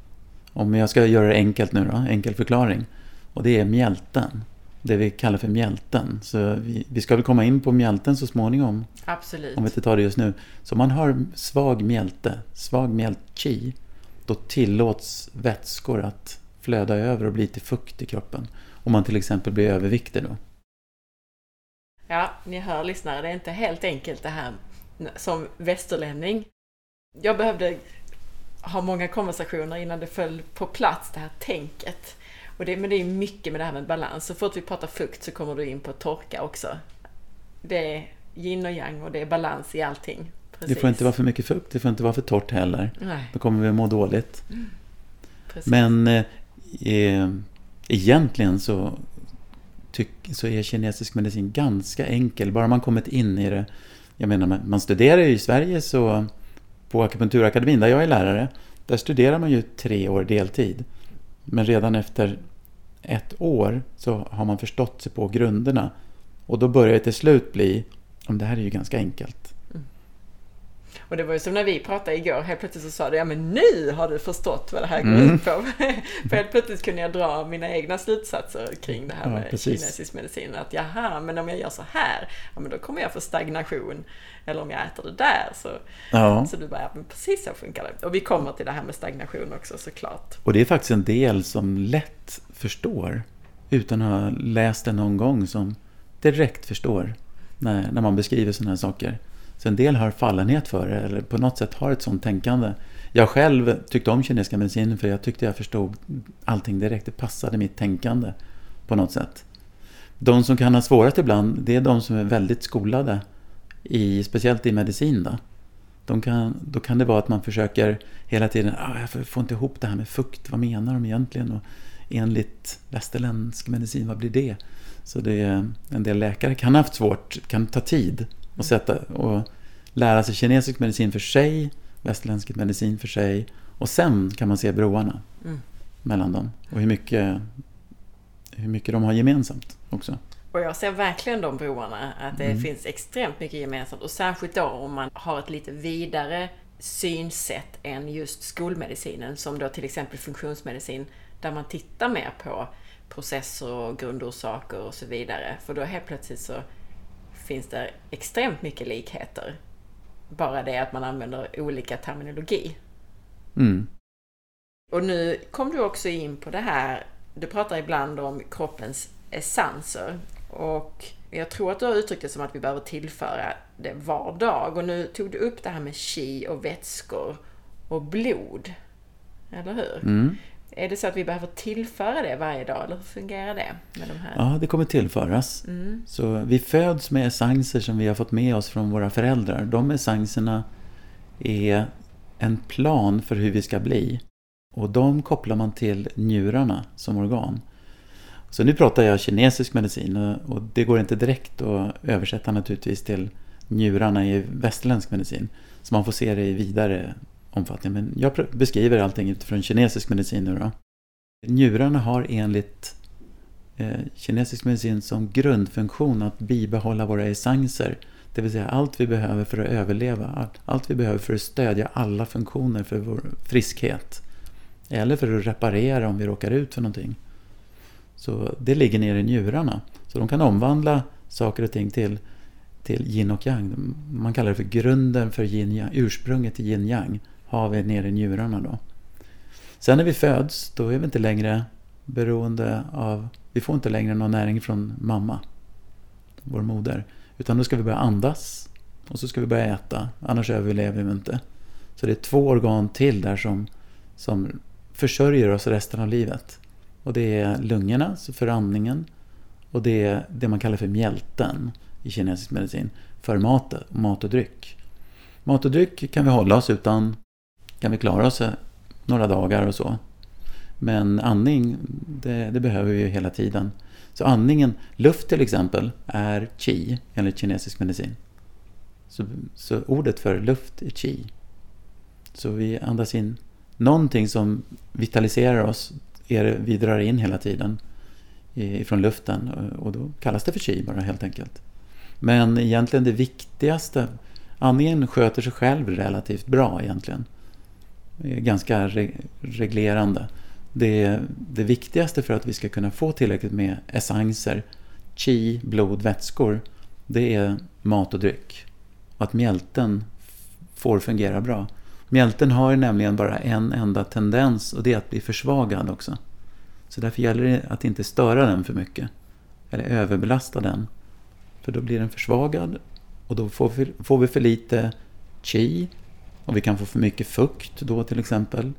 Om jag ska göra det enkelt nu då, enkel förklaring. Och det är mjälten. Det vi kallar för mjälten. Så vi, vi ska väl komma in på mjälten så småningom. Absolut. Om vi inte tar det just nu. Så om man har svag mjälte, svag mjält-qi, då tillåts vätskor att flöda över och bli till fukt i kroppen. Om man till exempel blir överviktig då. Ja, ni hör lyssnare, det är inte helt enkelt det här som västerlänning. Jag behövde ha många konversationer innan det föll på plats, det här tänket. Och det, men det är mycket med det här med balans. Så fort vi pratar fukt så kommer du in på torka också. Det är yin och yang och det är balans i allting. Precis. Det får inte vara för mycket fukt, det får inte vara för torrt heller. Nej. Då kommer vi må dåligt. Mm. Men eh, egentligen så, tyck, så är kinesisk medicin ganska enkel. Bara man kommit in i det. Jag menar, man studerar ju i Sverige så på Akupunkturakademin där jag är lärare, där studerar man ju tre år deltid. Men redan efter ett år så har man förstått sig på grunderna. Och då börjar det till slut bli, om det här är ju ganska enkelt. Mm. Och det var ju som när vi pratade igår, helt plötsligt så sa du, ja men nu har du förstått vad det här går mm. ut på. För helt plötsligt kunde jag dra mina egna slutsatser kring det här ja, med precis. kinesisk medicin. Att jaha, men om jag gör så här, ja men då kommer jag få stagnation. Eller om jag äter det där. Så, ja. så du bara, ja men precis så funkar det. Och vi kommer till det här med stagnation också såklart. Och det är faktiskt en del som lätt förstår, utan att ha läst det någon gång, som direkt förstår när, när man beskriver sådana här saker. Så en del har fallenhet för det, eller på något sätt har ett sånt tänkande. Jag själv tyckte om kinesiska medicinen för jag tyckte jag förstod allting direkt. Det passade mitt tänkande på något sätt. De som kan ha svårast ibland, det är de som är väldigt skolade, i, speciellt i medicin då. De kan, då kan det vara att man försöker hela tiden, ah, jag får inte ihop det här med fukt, vad menar de egentligen? Och enligt västerländsk medicin, vad blir det? Så det är, en del läkare kan ha haft svårt, kan ta tid att sätta och lära sig kinesisk medicin för sig, västerländsk medicin för sig, och sen kan man se broarna mm. mellan dem och hur mycket, hur mycket de har gemensamt också. Och jag ser verkligen de broarna, att det mm. finns extremt mycket gemensamt, och särskilt då om man har ett lite vidare synsätt än just skolmedicinen, som då till exempel funktionsmedicin, där man tittar mer på processer och grundorsaker och så vidare. För då helt plötsligt så finns det extremt mycket likheter. Bara det att man använder olika terminologi. Mm. Och nu kom du också in på det här, du pratar ibland om kroppens essenser. Och jag tror att du har uttryckt det som att vi behöver tillföra det var dag. Och nu tog du upp det här med qi och vätskor och blod. Eller hur? Mm. Är det så att vi behöver tillföra det varje dag, eller hur fungerar det med de här? Ja, det kommer tillföras. Mm. Så vi föds med essenser som vi har fått med oss från våra föräldrar. De essenserna är en plan för hur vi ska bli. Och de kopplar man till njurarna som organ. Så nu pratar jag kinesisk medicin och det går inte direkt att översätta naturligtvis till njurarna i västerländsk medicin. Så man får se det i vidare omfattning. Men jag beskriver allting utifrån kinesisk medicin nu då. Njurarna har enligt eh, kinesisk medicin som grundfunktion att bibehålla våra essenser. Det vill säga allt vi behöver för att överleva. Allt vi behöver för att stödja alla funktioner för vår friskhet. Eller för att reparera om vi råkar ut för någonting. Så det ligger ner i njurarna. Så de kan omvandla saker och ting till, till yin och yang. Man kallar det för grunden för yin yang. Ursprunget till yin yang har vi ner i njurarna då. Sen när vi föds, då är vi inte längre beroende av... Vi får inte längre någon näring från mamma, vår moder. Utan då ska vi börja andas och så ska vi börja äta. Annars överlever vi inte. Så det är två organ till där som, som försörjer oss resten av livet. Och det är lungorna för andningen. Och det är det man kallar för mjälten i kinesisk medicin. För mat, mat och dryck. Mat och dryck kan vi hålla oss utan. Kan vi klara oss några dagar och så. Men andning, det, det behöver vi ju hela tiden. Så andningen, luft till exempel, är qi enligt kinesisk medicin. Så, så ordet för luft är qi. Så vi andas in någonting som vitaliserar oss, är det vi drar in hela tiden ifrån luften. Och då kallas det för qi bara helt enkelt. Men egentligen det viktigaste, andningen sköter sig själv relativt bra egentligen. Ganska re- reglerande. Det, det viktigaste för att vi ska kunna få tillräckligt med essenser, qi, blod, vätskor, det är mat och dryck. Och att mjälten får fungera bra. Mjälten har nämligen bara en enda tendens och det är att bli försvagad också. Så därför gäller det att inte störa den för mycket. Eller överbelasta den. För då blir den försvagad och då får vi, får vi för lite qi och vi kan få för mycket fukt då till exempel.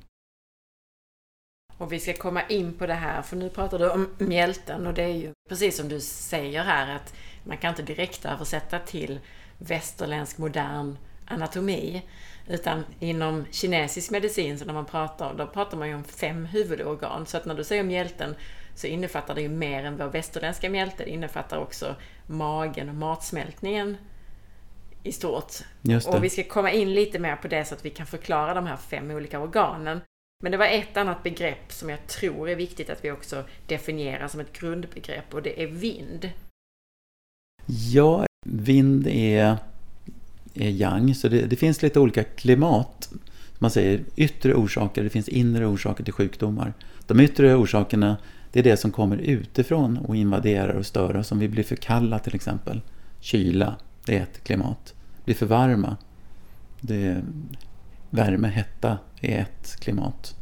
Och vi ska komma in på det här, för nu pratar du om mjälten och det är ju precis som du säger här att man kan inte direkt översätta till västerländsk modern anatomi, utan inom kinesisk medicin så när man pratar, då pratar man ju om fem huvudorgan, så att när du säger mjälten så innefattar det ju mer än vår västerländska mjälte, det innefattar också magen och matsmältningen i stort. Just det. Och vi ska komma in lite mer på det så att vi kan förklara de här fem olika organen. Men det var ett annat begrepp som jag tror är viktigt att vi också definierar som ett grundbegrepp och det är vind. Ja, vind är, är yang, så det, det finns lite olika klimat. Man säger yttre orsaker, det finns inre orsaker till sjukdomar. De yttre orsakerna, det är det som kommer utifrån och invaderar och stör, som vi blir för kalla till exempel. Kyla, det är ett klimat. Blir för varma, det är värme, hetta är ett klimat.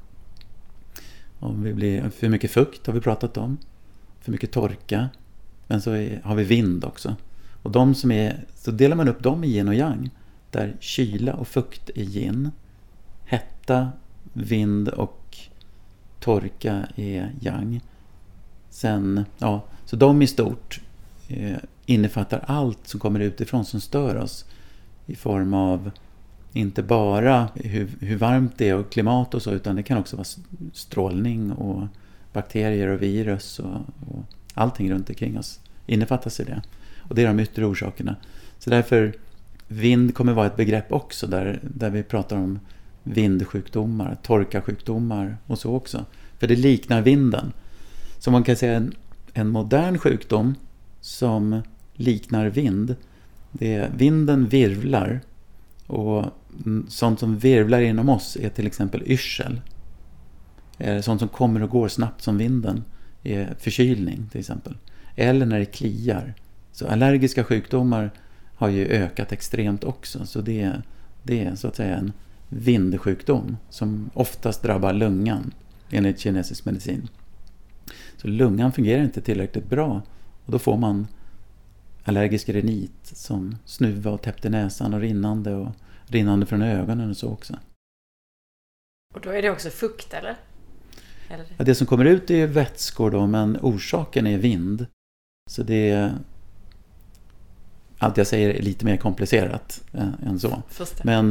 Om vi blir för mycket fukt har vi pratat om. För mycket torka. Men så är, har vi vind också. Och de som är, så delar man upp dem i yin och yang. Där kyla och fukt är yin. Hetta, vind och torka är yang. Sen, ja, så de i stort eh, innefattar allt som kommer utifrån som stör oss. I form av inte bara hur, hur varmt det är och klimat och så, utan det kan också vara strålning och bakterier och virus och, och allting runt omkring oss innefattas i det. Och det är de yttre orsakerna. Så därför vind kommer vara ett begrepp också där, där vi pratar om vindsjukdomar, torkasjukdomar och så också. För det liknar vinden. Så man kan säga en, en modern sjukdom som liknar vind, det är vinden virvlar. Och sånt som virvlar inom oss är till exempel yrsel. Sånt som kommer och går snabbt som vinden är förkylning till exempel. Eller när det kliar. Så allergiska sjukdomar har ju ökat extremt också. Så det, det är så att säga en vindsjukdom som oftast drabbar lungan enligt kinesisk medicin. Så lungan fungerar inte tillräckligt bra och då får man allergisk rinit som snuva och täppt i näsan och rinnande och rinnande från ögonen och så också. Och då är det också fukt, eller? eller? Ja, det som kommer ut är vätskor då, men orsaken är vind. Så det är, allt jag säger är lite mer komplicerat än så. Förstå. Men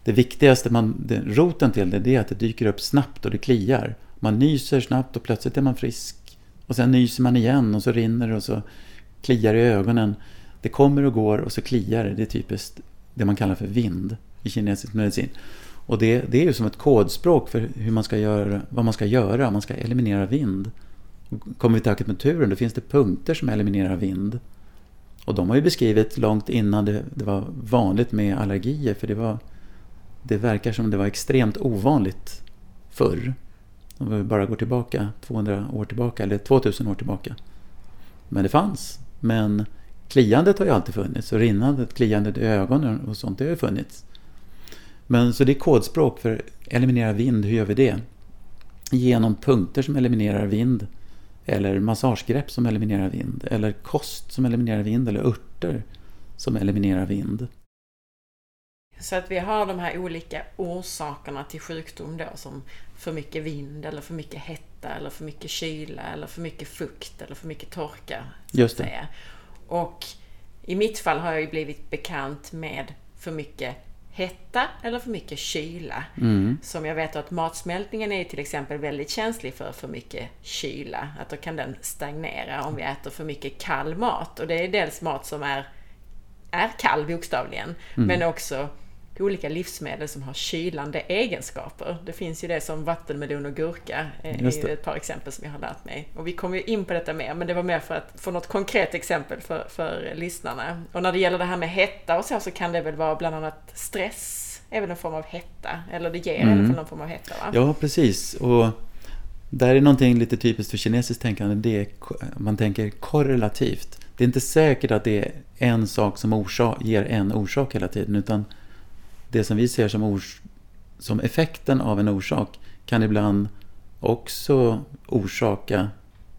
det viktigaste, man, det, roten till det, det är att det dyker upp snabbt och det kliar. Man nyser snabbt och plötsligt är man frisk. Och sen nyser man igen och så rinner det och så kliar i ögonen. Det kommer och går och så kliar det. Det är typiskt det man kallar för vind i kinesisk medicin. Och det, det är ju som ett kodspråk för hur man ska göra, vad man ska göra. Man ska eliminera vind. Kommer vi till akupunkturen, då finns det punkter som eliminerar vind. Och de har ju beskrivit långt innan det, det var vanligt med allergier. För det, var, det verkar som det var extremt ovanligt förr. Om vi bara går tillbaka tvåhundra år tillbaka eller tvåtusen år tillbaka. Men det fanns. Men kliandet har ju alltid funnits. Och rinnandet, kliandet i ögonen och sånt, det har ju funnits. Men så det är kodspråk för eliminera vind. Hur gör vi det? Genom punkter som eliminerar vind. Eller massagegrepp som eliminerar vind. Eller kost som eliminerar vind. Eller örter som eliminerar vind. Så att vi har de här olika orsakerna till sjukdom då, som för mycket vind eller för mycket hetta eller för mycket kyla eller för mycket fukt eller för mycket torka. Så Just det. att säga. Och i mitt fall har jag ju blivit bekant med för mycket hetta eller för mycket kyla. Mm. Som jag vet att matsmältningen är till exempel väldigt känslig för för mycket kyla. Att då kan den stagnera om vi äter för mycket kall mat. Och det är dels mat som är, är kall bokstavligen. Mm. Men också olika livsmedel som har kylande egenskaper. Det finns ju det som vattenmelon och gurka. är ju ett par exempel som jag har lärt mig. Och vi kommer ju in på detta mer, men det var mer för att få något konkret exempel för, för lyssnarna. Och när det gäller det här med hetta och så, så kan det väl vara bland annat stress, även en form av hetta. Eller det ger mm. i alla fall någon form av hetta, va? Ja, precis. Och där är någonting lite typiskt för kinesiskt tänkande. Det är, man tänker korrelativt. Det är inte säkert att det är en sak som orsak, ger en orsak hela tiden, utan det som vi ser som, ors- som effekten av en orsak kan ibland också orsaka,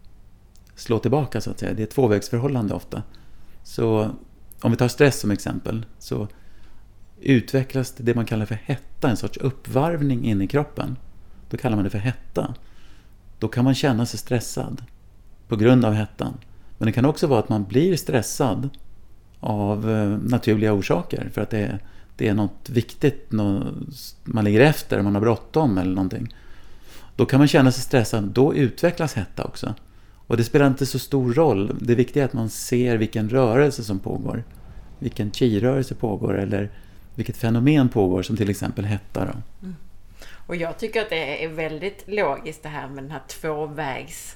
slå tillbaka så att säga. Det är ett tvåvägsförhållande ofta. Så om vi tar stress som exempel, så utvecklas det, det man kallar för hetta, en sorts uppvarvning in i kroppen. Då kallar man det för hetta. Då kan man känna sig stressad på grund av hettan. Men det kan också vara att man blir stressad av naturliga orsaker, för att det är det är något viktigt, man ligger efter, man har bråttom eller någonting. Då kan man känna sig stressad, då utvecklas hetta också. Och det spelar inte så stor roll. Det viktiga är att man ser vilken rörelse som pågår. Vilken qi-rörelse pågår eller vilket fenomen pågår, som till exempel hetta då. Mm. Och jag tycker att det är väldigt logiskt det här med den här tvåvägs.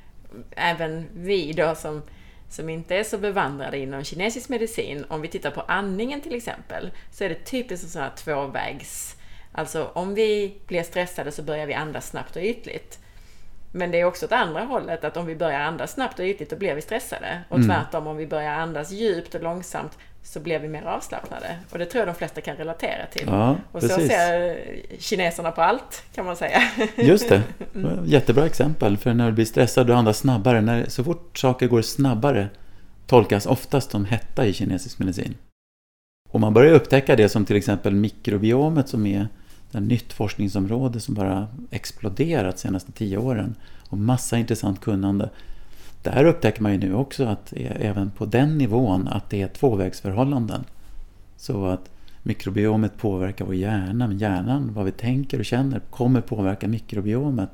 Även vi då som som inte är så bevandrade inom kinesisk medicin, om vi tittar på andningen till exempel, så är det typiskt en sån här tvåvägs. Alltså om vi blir stressade så börjar vi andas snabbt och ytligt. Men det är också åt andra hållet, att om vi börjar andas snabbt och ytligt då blir vi stressade. Och mm. tvärtom, om vi börjar andas djupt och långsamt så blir vi mer avslappnade. Och det tror jag de flesta kan relatera till. Ja, och så precis. ser kineserna på allt, kan man säga. Just det. Jättebra exempel. För när du blir stressad, du andas snabbare. När, så fort saker går snabbare tolkas oftast som hetta i kinesisk medicin. Och man börjar upptäcka det som till exempel mikrobiomet, som är ett nytt forskningsområde som bara exploderat de senaste tio åren. Och massa intressant kunnande. Där upptäcker man ju nu också att även på den nivån att det är tvåvägsförhållanden. Så att mikrobiomet påverkar vår hjärna. Men hjärnan, vad vi tänker och känner, kommer påverka mikrobiomet.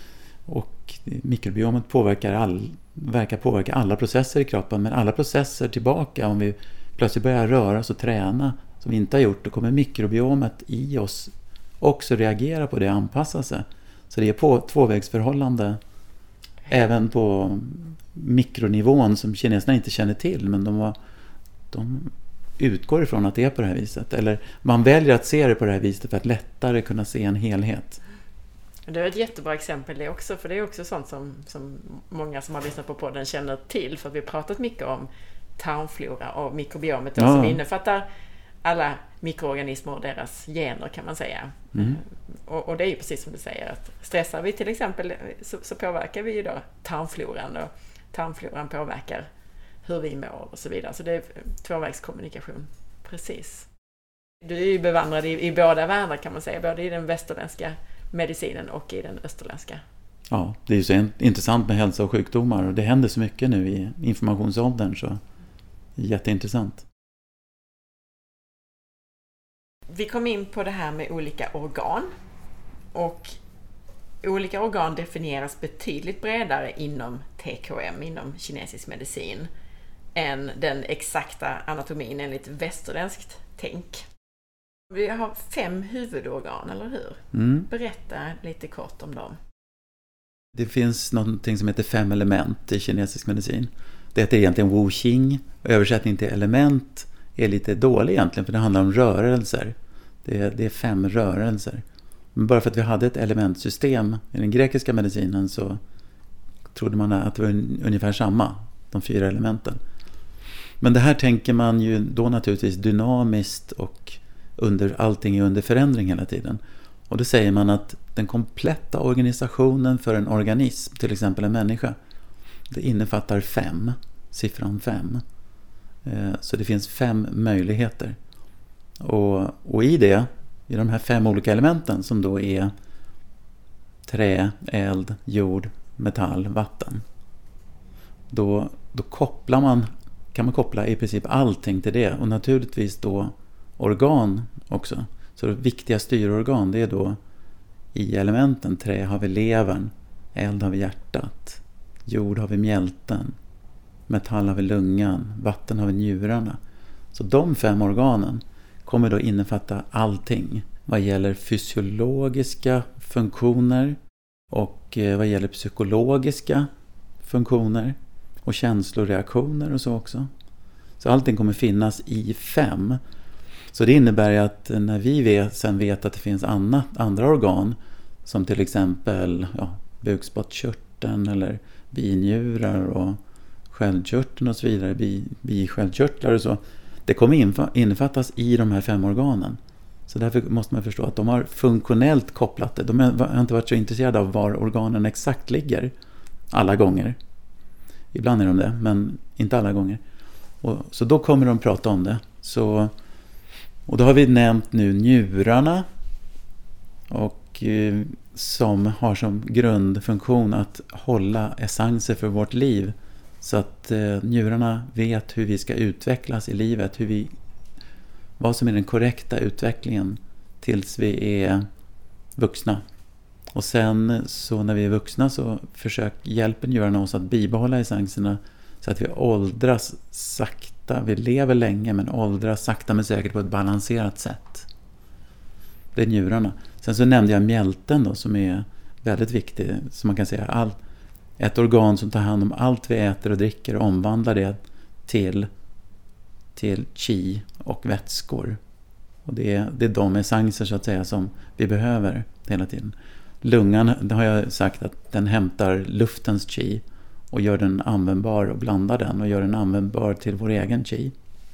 Och mikrobiomet påverkar all, verkar påverka alla processer i kroppen. Men alla processer tillbaka, om vi plötsligt börjar röra oss och träna som vi inte har gjort, då kommer mikrobiomet i oss också reagera på det och anpassa sig. Så det är på tvåvägsförhållande även på mikronivån som kineserna inte känner till, men de, var, de utgår ifrån att det är på det här viset. Eller man väljer att se det på det här viset för att lättare kunna se en helhet. Det är ett jättebra exempel det också, för det är också sånt som, som många som har lyssnat på podden känner till, för att vi har pratat mycket om tarmflora och mikrobiomet ja. Som innefattar alla mikroorganismer och deras gener, kan man säga. Mm. Och, och det är ju precis som du säger, att stressar vi till exempel så, så påverkar vi ju då tarmfloran, och tarmfloran påverkar hur vi mår och så vidare. Så det är tvåvägskommunikation. Precis. Du är ju bevandrad i, i båda världar, kan man säga, både i den västerländska medicinen och i den österländska. Ja, det är ju så intressant med hälsa och sjukdomar, och det händer så mycket nu i informationsåldern, så det är jätteintressant. vi kom in på det här med olika organ. Och olika organ definieras betydligt bredare inom T K M, inom kinesisk medicin, än den exakta anatomin enligt västerländskt tänk. Vi har fem huvudorgan, eller hur? Mm. Berätta lite kort om dem. Det finns någonting som heter fem element i kinesisk medicin. Det heter egentligen Wu Xing. Översättning till element är lite dålig egentligen, för det handlar om rörelser. Det är, det är fem rörelser. Men bara för att vi hade ett elementsystem i den grekiska medicinen så trodde man att det var ungefär samma, de fyra elementen. Men det här tänker man ju då naturligtvis dynamiskt och under, allting är under förändring hela tiden. Och då säger man att den kompletta organisationen för en organism, till exempel en människa, det innefattar fem, siffran fem. Så det finns fem möjligheter. Och, och i det, i de här fem olika elementen som då är trä, eld, jord, metall, vatten, då, då kopplar man, kan man koppla i princip allting till det. Och naturligtvis då organ också. Så viktiga styrorgan, det är då i elementen. Trä har vi levern, eld har vi hjärtat, jord har vi mjälten, metall har vi lungan, vatten har vi njurarna. Så de fem organen kommer då innefatta allting vad gäller fysiologiska funktioner och vad gäller psykologiska funktioner och känsloreaktioner och så också. Så allting kommer finnas i fem. Så det innebär ju att när vi vet, sen vet att det finns annat, andra organ som till exempel ja, bukspottkörteln eller binjurar och sköldkörteln och så vidare, bi, bisköldkörtlar och så, det kommer innefattas i de här fem organen. Så därför måste man förstå att de har funktionellt kopplat det. De har inte varit så intresserade av var organen exakt ligger alla gånger. Ibland är de det, men inte alla gånger. Och, så då kommer de prata om det. Så, och då har vi nämnt nu njurarna och eh, som har som grundfunktion att hålla essenser för vårt liv. Så att eh, njurarna vet hur vi ska utvecklas i livet, hur vi, vad som är den korrekta utvecklingen tills vi är vuxna. Och sen så när vi är vuxna så försöker hjälpen njurarna oss att bibehålla essenserna så att vi åldras sakta. Vi lever länge men åldras sakta men säkert på ett balanserat sätt. Det är njurarna. Sen så nämnde jag mjälten då som är väldigt viktig. Så man kan säga allt. Ett organ som tar hand om allt vi äter och dricker och omvandlar det till, till qi och vätskor. Och det är, det är de essenser så att säga som vi behöver hela tiden. Lungan, det har jag sagt att den hämtar luftens qi och gör den användbar och blandar den och gör den användbar till vår egen qi.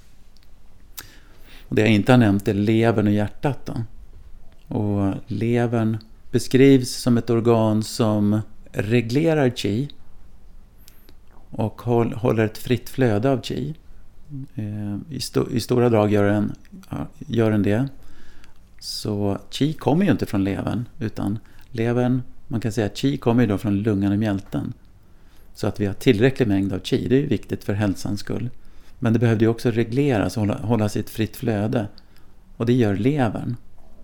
Och det jag inte har nämnt är levern och hjärtat då. Och levern beskrivs som ett organ som reglerar qi och håller ett fritt flöde av qi. I, sto- i stora drag gör den, gör den det. Så qi kommer ju inte från levern, utan levern, man kan säga att qi kommer ju då från lungan och mjälten. Så att vi har tillräcklig mängd av qi, det är ju viktigt för hälsans skull. Men det behövde ju också regleras och hålla, hålla sitt fritt flöde. Och det gör levern.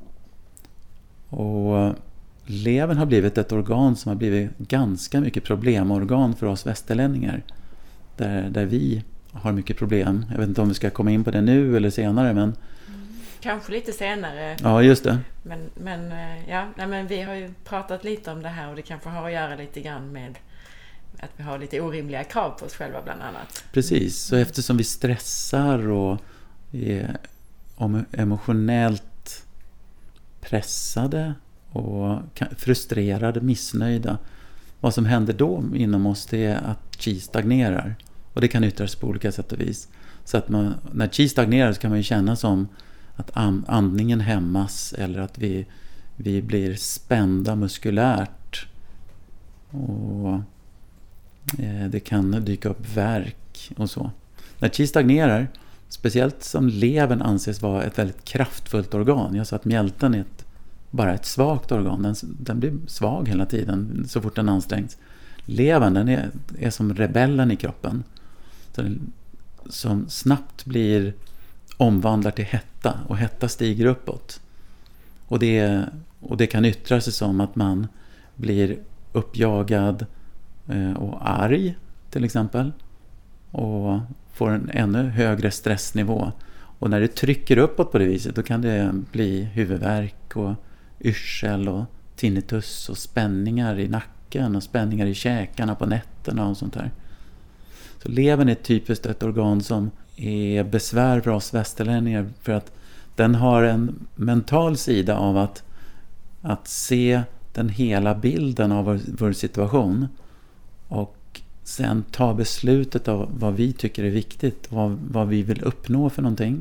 Och levern har blivit ett organ som har blivit ganska mycket problemorgan för oss västerlänningar. Där, där vi har mycket problem. Jag vet inte om vi ska komma in på det nu eller senare, men... Kanske lite senare. Ja, just det. Men, men, ja, nej, men vi har ju pratat lite om det här och det kanske har att göra lite grann med att vi har lite orimliga krav på oss själva bland annat. Precis, så eftersom vi stressar och är emotionellt pressade och frustrerade, missnöjda, vad som händer då inom oss det är att qi stagnerar. Och det kan yttras på olika sätt och vis. Så att man, när qi stagnerar så kan man ju känna som att andningen hämmas eller att vi, vi blir spända muskulärt. Och eh, det kan dyka upp värk och så. När qi stagnerar, speciellt som levern anses vara ett väldigt kraftfullt organ. Jag sa att mjälten är ett, bara ett svagt organ. Den, den blir svag hela tiden så fort den ansträngs. Levern den är, är som rebellen i kroppen. Så den, som snabbt blir omvandlar till hetta och hetta stiger uppåt. Och det, och det kan yttra sig som att man blir uppjagad och arg till exempel och får en ännu högre stressnivå. Och när det trycker uppåt på det viset då kan det bli huvudvärk och yrsel och tinnitus och spänningar i nacken och spänningar i käkarna på nätterna och sånt där. Så levern är typiskt ett organ som är besvär för oss västerlänningar för att den har en mental sida av att, att se den hela bilden av vår, vår situation och sen ta beslutet av vad vi tycker är viktigt, vad, vad vi vill uppnå för någonting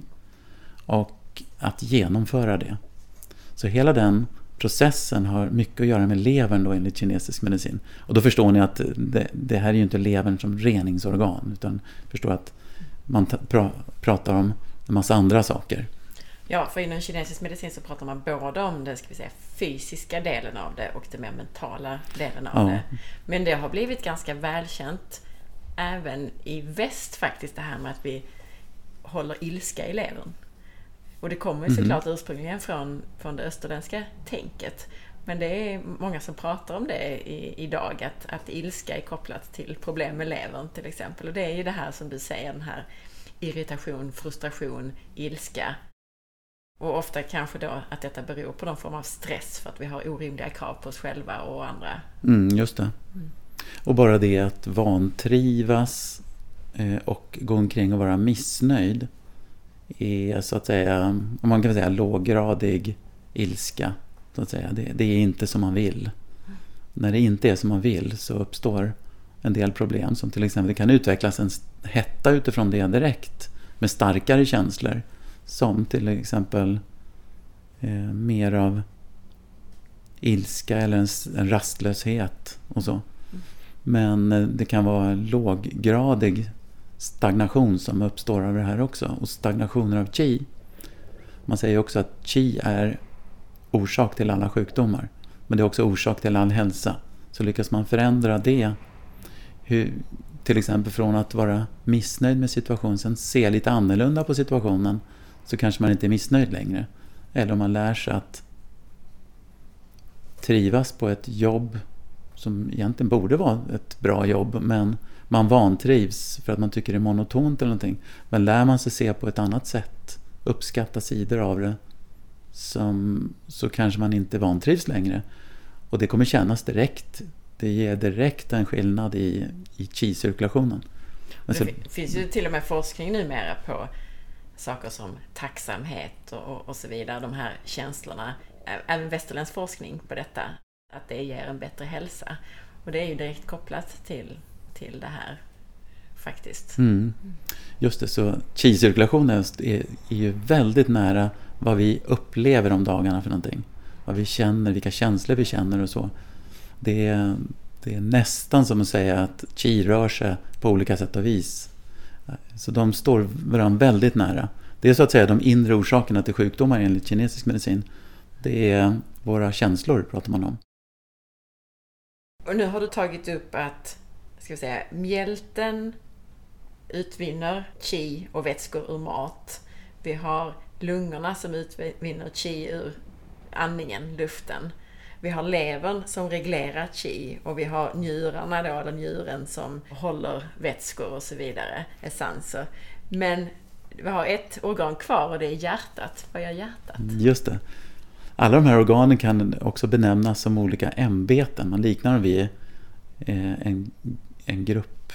och att genomföra det. Så hela den processen har mycket att göra med levern då enligt kinesisk medicin. Och då förstår ni att det, det här är ju inte levern som reningsorgan utan förstår att man t- pra, pratar om en massa andra saker. Ja, för inom kinesisk medicin så pratar man både om den ska vi säga, fysiska delen av det och den mer mentala delen av ja. det. Men det har blivit ganska välkänt även i väst faktiskt det här med att vi håller ilska i levern. Och det kommer ju såklart mm. ursprungligen från, från det österländska tänket. Men det är många som pratar om det i, idag, att, att ilska är kopplat till problem med levern till exempel. Och det är ju det här som du säger, den här irritation, frustration, ilska. Och ofta kanske då att detta beror på någon form av stress för att vi har orimliga krav på oss själva och andra. Mm, just det. Mm. Och bara det att vantrivas eh, och gå omkring och vara missnöjd är så att säga, om man kan säga låggradig ilska så att säga. Det, det är inte som man vill. Mm. När det inte är som man vill så uppstår en del problem som till exempel det kan utvecklas en hetta utifrån det direkt med starkare känslor som till exempel eh, mer av ilska eller en, en rastlöshet och så. Mm. Men eh, det kan vara låggradig stagnation som uppstår av det här också. Och stagnationer av qi. Man säger också att qi är orsak till alla sjukdomar. Men det är också orsak till all hälsa. Så lyckas man förändra det, hur, till exempel från att vara missnöjd med situationen, sen se lite annorlunda på situationen, så kanske man inte är missnöjd längre. Eller om man lär sig att trivas på ett jobb som egentligen borde vara ett bra jobb, men man vantrivs för att man tycker det är monotont eller någonting. Men lär man sig se på ett annat sätt, uppskatta sidor av det, som, så kanske man inte vantrivs längre. Och det kommer kännas direkt. Det ger direkt en skillnad i, i qi-cirkulationen. Det så, finns ju till och med forskning numera på saker som tacksamhet och, och så vidare. De här känslorna. Även västerländsk forskning på detta. Att det ger en bättre hälsa. Och det är ju direkt kopplat till, till det här faktiskt. Mm. Just det, så qi-cirkulationen är, är ju väldigt nära vad vi upplever om dagarna för någonting. Vad vi känner, vilka känslor vi känner och så. Det är, det är nästan som att säga att qi rör sig på olika sätt och vis. Så de står varandra väldigt nära. Det är så att säga de inre orsakerna till sjukdomar enligt kinesisk medicin. Det är våra känslor pratar man om. Och nu har du tagit upp att ska vi säga, mjälten utvinner qi och vätskor ur mat. Vi har lungorna som utvinner qi ur andningen, luften. Vi har levern som reglerar qi och vi har njurarna då, eller njuren som håller vätskor och så vidare, essenser. Men vi har ett organ kvar och det är hjärtat. Vad gör hjärtat? Just det. Alla de här organen kan också benämnas som olika ämbeten. Man liknar dem vid eh, en, en grupp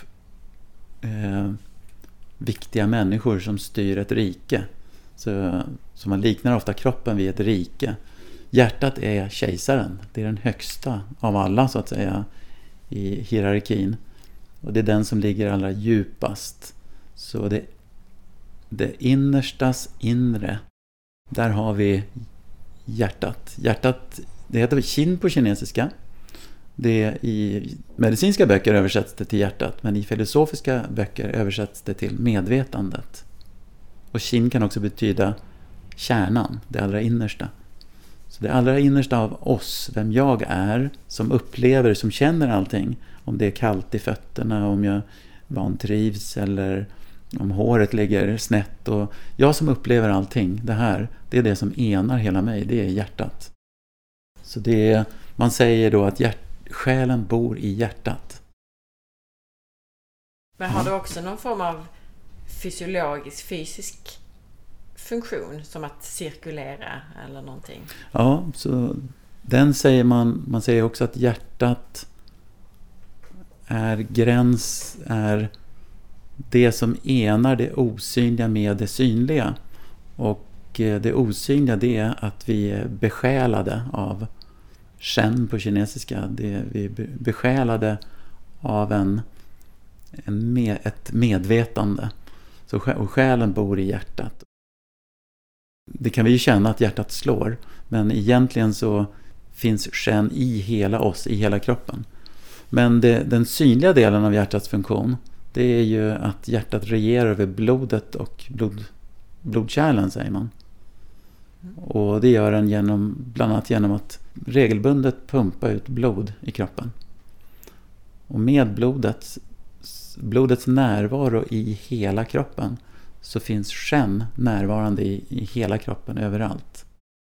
eh, viktiga människor som styr ett rike. Så, så man liknar ofta kroppen vid ett rike. Hjärtat är kejsaren. Det är den högsta av alla så att säga i hierarkin. Och det är den som ligger allra djupast. Så det, det innerstas inre, där har vi hjärtat. Hjärtat, det heter qin på kinesiska. Det är i medicinska böcker översätts det till hjärtat, men i filosofiska böcker översätts det till medvetandet. Och qin kan också betyda kärnan, det allra innersta. Så det allra innersta av oss, vem jag är, som upplever, som känner allting, om det är kallt i fötterna, om jag vantrivs eller om håret ligger snett. Och jag som upplever allting, det här, det är det som enar hela mig, det är hjärtat. Så det är, man säger då att hjärt, själen bor i hjärtat. Men har du också någon form av fysiologisk, fysisk funktion som att cirkulera eller någonting? Ja, så den säger man, man säger också att hjärtat är gräns, är det som enar det osynliga med det synliga. Och det osynliga, det är att vi är besjälade av shen på kinesiska. Det är, vi är besjälade av en, en med, ett medvetande. Så och själen bor i hjärtat. Det kan vi ju känna att hjärtat slår, men egentligen så finns shen i hela oss, i hela kroppen. Men det, den synliga delen av hjärtats funktion, det är ju att hjärtat regerar över blodet och blod, blodkärlen, säger man. Och det gör den genom, bland annat genom att regelbundet pumpa ut blod i kroppen. Och med blodet, blodets närvaro i hela kroppen, så finns shen närvarande i, i hela kroppen, överallt.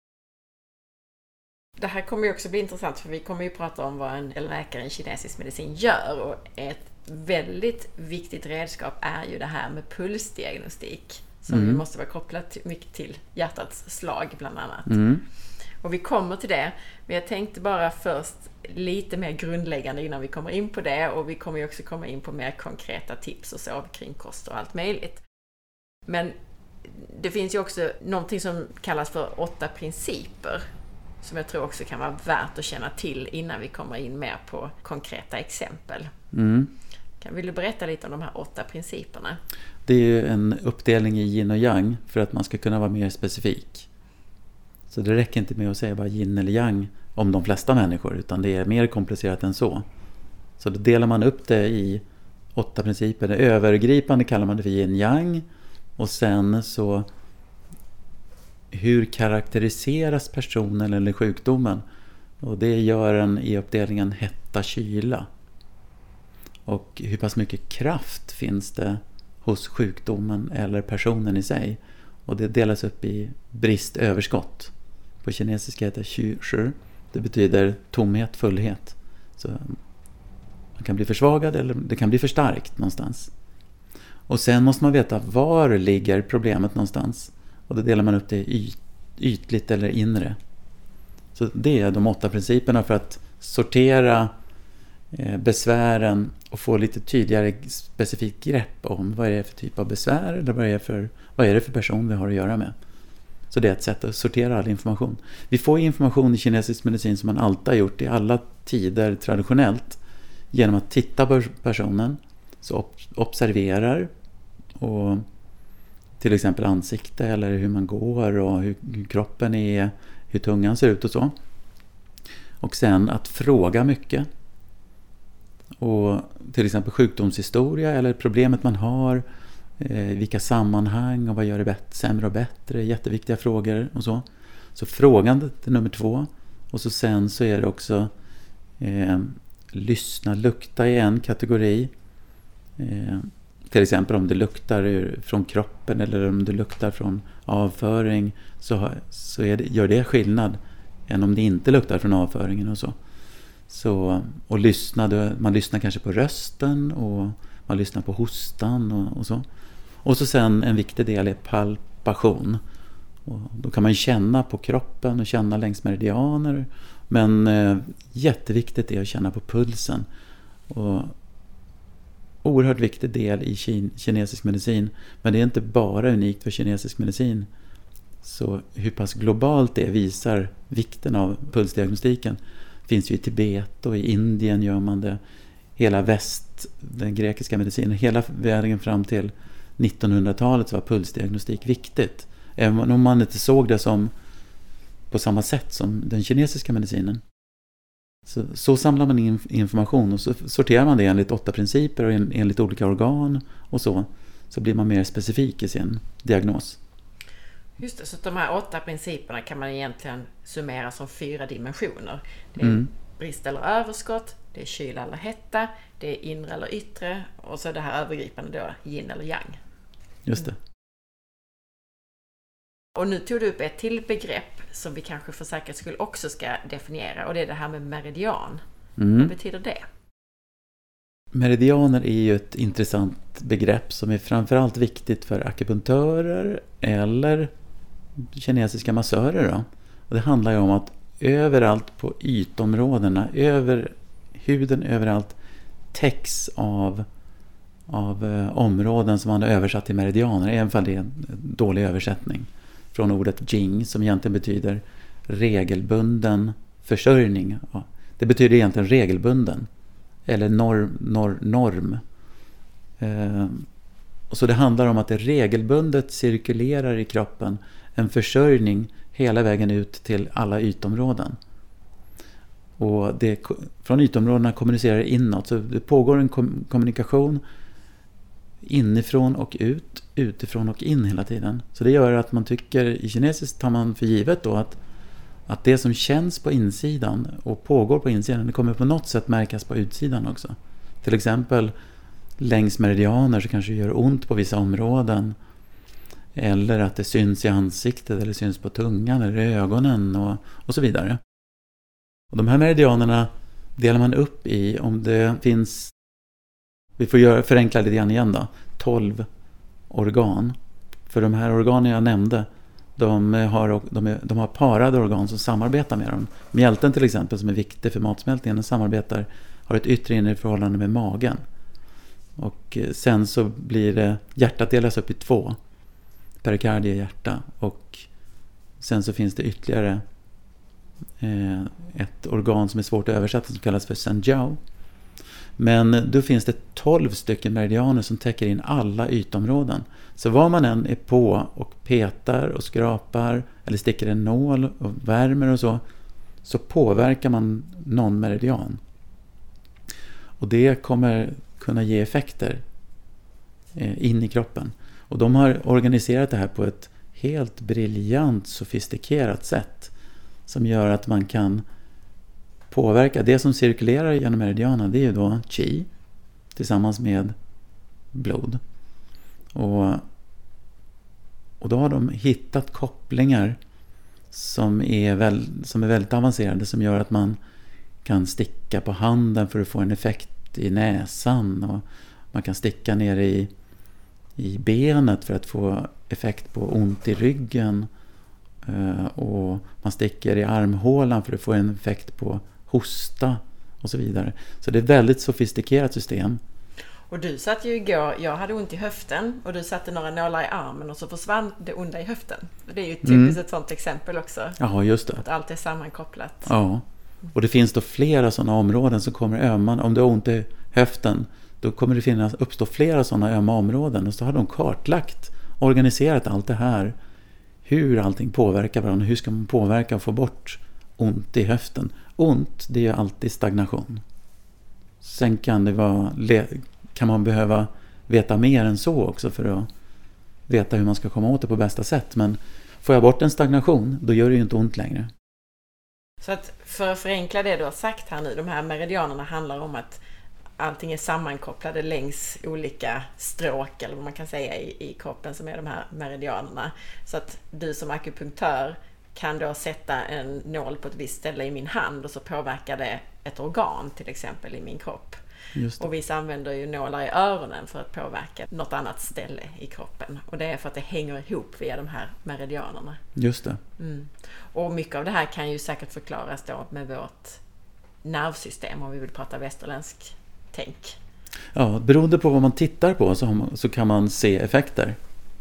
Det här kommer ju också bli intressant, för vi kommer ju prata om vad en läkare i kinesisk medicin gör, och ett väldigt viktigt redskap är ju det här med pulsdiagnostik som mm. måste vara kopplat mycket till hjärtats slag bland annat. Mm. Och vi kommer till det, men jag tänkte bara först lite mer grundläggande innan vi kommer in på det, och vi kommer ju också komma in på mer konkreta tips och så kring kost och allt möjligt. Men det finns ju också någonting som kallas för åtta principer som jag tror också kan vara värt att känna till innan vi kommer in mer på konkreta exempel. Mm. Kan vill du berätta lite om de här åtta principerna? Det är ju en uppdelning i yin och yang för att man ska kunna vara mer specifik. Så det räcker inte med att säga bara yin eller yang om de flesta människor, utan det är mer komplicerat än så. Så då delar man upp det i åtta principer. Det övergripande kallar man det för yin-yang, och sen så hur karaktäriseras personen eller sjukdomen? Och det gör en i uppdelningen hetta-kyla. Och hur pass mycket kraft finns det hos sjukdomen eller personen i sig? Och det delas upp i brist-överskott. På kinesiska heter det xu shi. Det betyder tomhet, fullhet. Så man kan bli försvagad eller det kan bli för starkt någonstans. Och sen måste man veta var ligger problemet någonstans. Och då delar man upp det i ytligt eller inre. Så det är de åtta principerna för att sortera besvären och få lite tydligare specifikt grepp om vad är det för typ av besvär eller vad är det för, vad är det för person vi har att göra med. Så det är ett sätt att sortera all information. Vi får information i kinesisk medicin som man alltid har gjort i alla tider traditionellt genom att titta på personen, så observerar och till exempel ansikte eller hur man går och hur, hur kroppen är, hur tungan ser ut och så. Och sen att fråga mycket. Och till exempel sjukdomshistoria eller problemet man har, eh, vilka sammanhang och vad gör det bättre, sämre och bättre, jätteviktiga frågor och så. Så frågandet är nummer två. Och så sen så är det också eh, lyssna, lukta i en kategori. Eh, till exempel om det luktar från kroppen eller om det luktar från avföring, så, så är det, gör det skillnad än om det inte luktar från avföringen och så. Så, och lyssna, man lyssnar kanske på rösten och man lyssnar på hostan och, och så. Och så sen en viktig del är palpation. Och då kan man känna på kroppen och känna längs meridianer. Men eh, jätteviktigt är att känna på pulsen. Och oerhört viktig del i kin- kinesisk medicin. Men det är inte bara unikt för kinesisk medicin. Så hur pass globalt det visar vikten av pulsdiagnostiken. Finns ju i Tibet och i Indien gör man det. Hela väst, den grekiska medicinen, hela vägen fram till nittonhundratalet så var pulsdiagnostik viktigt. Även om man inte såg det som på samma sätt som den kinesiska medicinen. Så, så samlar man in information och så sorterar man det enligt åtta principer och en, enligt olika organ och så. Så blir man mer specifik i sin diagnos. Just det, så de här åtta principerna kan man egentligen summera som fyra dimensioner. Det är Mm. brist eller överskott, det är kyla eller hetta, det är inre eller yttre och så det här övergripande då, yin eller yang. Just det. Och nu tog du upp ett till begrepp som vi kanske för säkerhets skull också ska definiera, och det är det här med meridian. Mm. Vad betyder det? Meridianer är ju ett intressant begrepp som är framförallt viktigt för akupunktörer eller kinesiska massörer då. Och det handlar ju om att överallt på ytområdena, över huden överallt, täcks av, av eh, områden som man har översatt till meridianer, även om det är en dålig översättning från ordet jing som egentligen betyder regelbunden försörjning. Ja, det betyder egentligen regelbunden eller norm. norm, norm. Eh, och så det handlar om att det regelbundet cirkulerar i kroppen en försörjning hela vägen ut till alla ytområden. Och det, från ytområdena kommunicerar det inåt. Så det pågår en kom, kommunikation inifrån och ut, utifrån och in hela tiden. Så det gör att man tycker, i kinesiskt tar man för givet då att, att det som känns på insidan och pågår på insidan, det kommer på något sätt märkas på utsidan också. Till exempel längs meridianer så kanske det gör ont på vissa områden. Eller att det syns i ansiktet eller syns på tungan eller i ögonen och, och så vidare. Och de här meridianerna delar man upp i, om det finns, vi får göra, förenkla lite grann igen då, tolv organ. För de här organen jag nämnde, de har, de, är, de har parade organ som samarbetar med dem. Mjälten till exempel, som är viktig för matsmältningen, den samarbetar, har ett yttre inre förhållande med magen. Och sen så blir det, hjärtat delas upp i två. Perikardie, hjärta, och sen så finns det ytterligare eh, ett organ som är svårt att översätta som kallas för Sanjiao. Men då finns det tolv stycken meridianer som täcker in alla ytområden. Så vad man än är på och petar och skrapar eller sticker en nål och värmer och så, så påverkar man någon meridian. Och det kommer kunna ge effekter eh, in i kroppen. Och de har organiserat det här på ett helt briljant, sofistikerat sätt som gör att man kan påverka. Det som cirkulerar genom meridianerna, det är ju då qi tillsammans med blod. Och, och då har de hittat kopplingar som är, väl, som är väldigt avancerade, som gör att man kan sticka på handen för att få en effekt i näsan, och man kan sticka ner i i benet för att få effekt på ont i ryggen, och man sticker i armhålan för att få en effekt på hosta och så vidare. Så det är ett väldigt sofistikerat system. Och du satt ju igår, jag hade ont i höften och du satte några nålar i armen och så försvann det onda i höften. Det är ju typiskt mm. ett sånt exempel också. Ja, just det. Att allt är sammankopplat. Ja, och det finns då flera sådana områden som kommer ömman. Om du har ont i höften, då kommer det finnas, uppstå flera sådana ömma områden, och så har de kartlagt, organiserat allt det här, hur allting påverkar varandra, hur ska man påverka och få bort ont i höften. Ont, det är alltid stagnation. Sen kan det vara, kan man behöva veta mer än så också för att veta hur man ska komma åt det på bästa sätt, men får jag bort en stagnation, då gör det ju inte ont längre. Så att för att förenkla det du har sagt här nu, de här meridianerna handlar om att allting är sammankopplade längs olika stråk, eller vad man kan säga, i, i kroppen, som är de här meridianerna. Så att du som akupunktör kan då sätta en nål på ett visst ställe i min hand och så påverkar det ett organ till exempel i min kropp. Och vissa använder ju nålar i öronen för att påverka något annat ställe i kroppen. Och det är för att det hänger ihop via de här meridianerna. Just det. Mm. Och mycket av det här kan ju säkert förklaras då med vårt nervsystem, om vi vill prata västerländsk tänk. Ja, beroende på vad man tittar på så, har man, så kan man se effekter.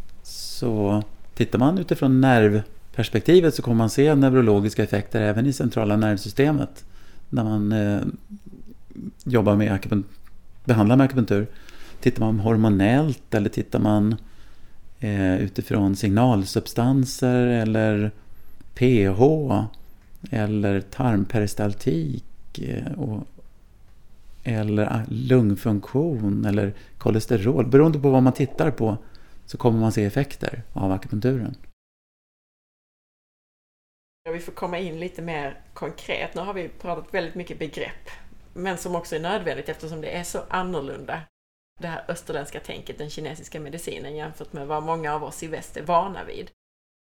Så tittar man utifrån nervperspektivet så kommer man se neurologiska effekter även i centrala nervsystemet när man eh, jobbar med akupunktur, behandlar med akupunktur. Tittar man hormonellt eller tittar man eh, utifrån signalsubstanser eller pH eller tarmperistaltik eh, och eller lungfunktion eller kolesterol. Beroende på vad man tittar på så kommer man se effekter av akupunkturen. Vi får komma in lite mer konkret. Nu har vi pratat väldigt mycket begrepp, men som också är nödvändigt eftersom det är så annorlunda. det här österländska tänket, den kinesiska medicinen, jämfört med vad många av oss i väst är vana vid.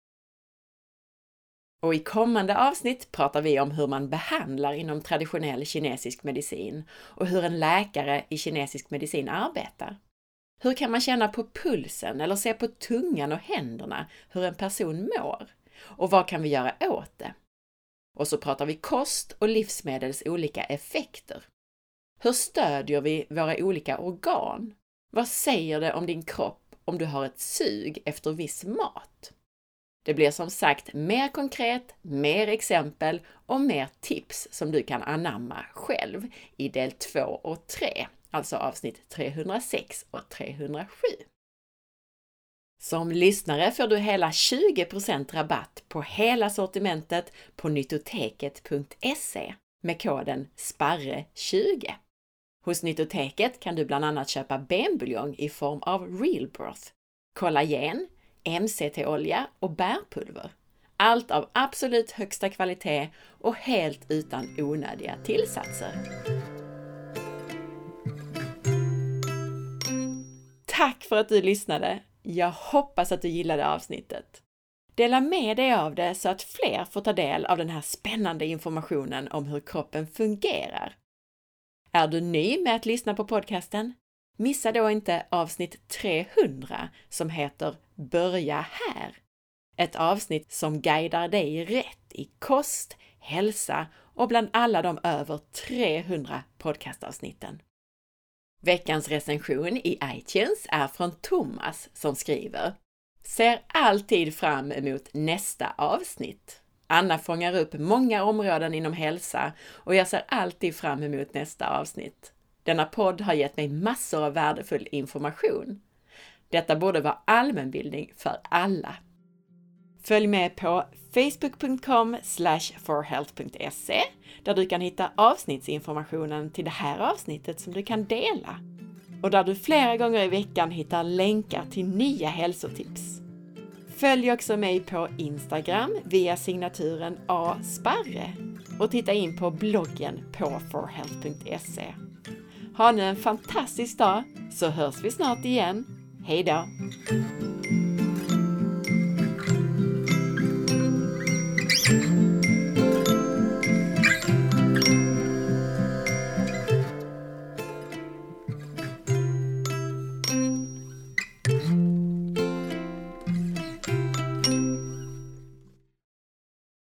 Och i kommande avsnitt pratar vi om hur man behandlar inom traditionell kinesisk medicin och hur en läkare i kinesisk medicin arbetar. Hur kan man känna på pulsen eller se på tungan och händerna hur en person mår? Och vad kan vi göra åt det? Och så pratar vi kost och livsmedels olika effekter. Hur stödjer vi våra olika organ? Vad säger det om din kropp om du har ett sug efter viss mat? Det blir som sagt mer konkret, mer exempel och mer tips som du kan anamma själv i del två och tre, alltså avsnitt trehundrasex och trehundrasju. Som lyssnare får du hela tjugo procent rabatt på hela sortimentet på nyttoteket punkt se med koden sparre tjugo. Hos Nyttoteket kan du bland annat köpa benbuljong i form av Real Broth, kollagen, M C T-olja och bärpulver. Allt av absolut högsta kvalitet och helt utan onödiga tillsatser. Tack för att du lyssnade! Jag hoppas att du gillade avsnittet. Dela med dig av det så att fler får ta del av den här spännande informationen om hur kroppen fungerar. Är du ny med att lyssna på podcasten? Missa då inte avsnitt trehundra som heter Börja här. Ett avsnitt som guidar dig rätt i kost, hälsa och bland alla de över trehundra podcastavsnitten. Veckans recension i iTunes är från Thomas som skriver: Ser alltid fram emot nästa avsnitt. Anna fångar upp många områden inom hälsa och jag ser alltid fram emot nästa avsnitt. Denna podd har gett mig massor av värdefull information. Detta borde vara allmänbildning för alla. Följ med på facebook punkt com slash forhealth punkt se där du kan hitta avsnittsinformationen till det här avsnittet som du kan dela. Och där du flera gånger i veckan hittar länkar till nya hälsotips. Följ också mig på Instagram via signaturen asparre och titta in på bloggen på forhealth punkt se. Ha nu en fantastisk dag så hörs vi snart igen. Hej då!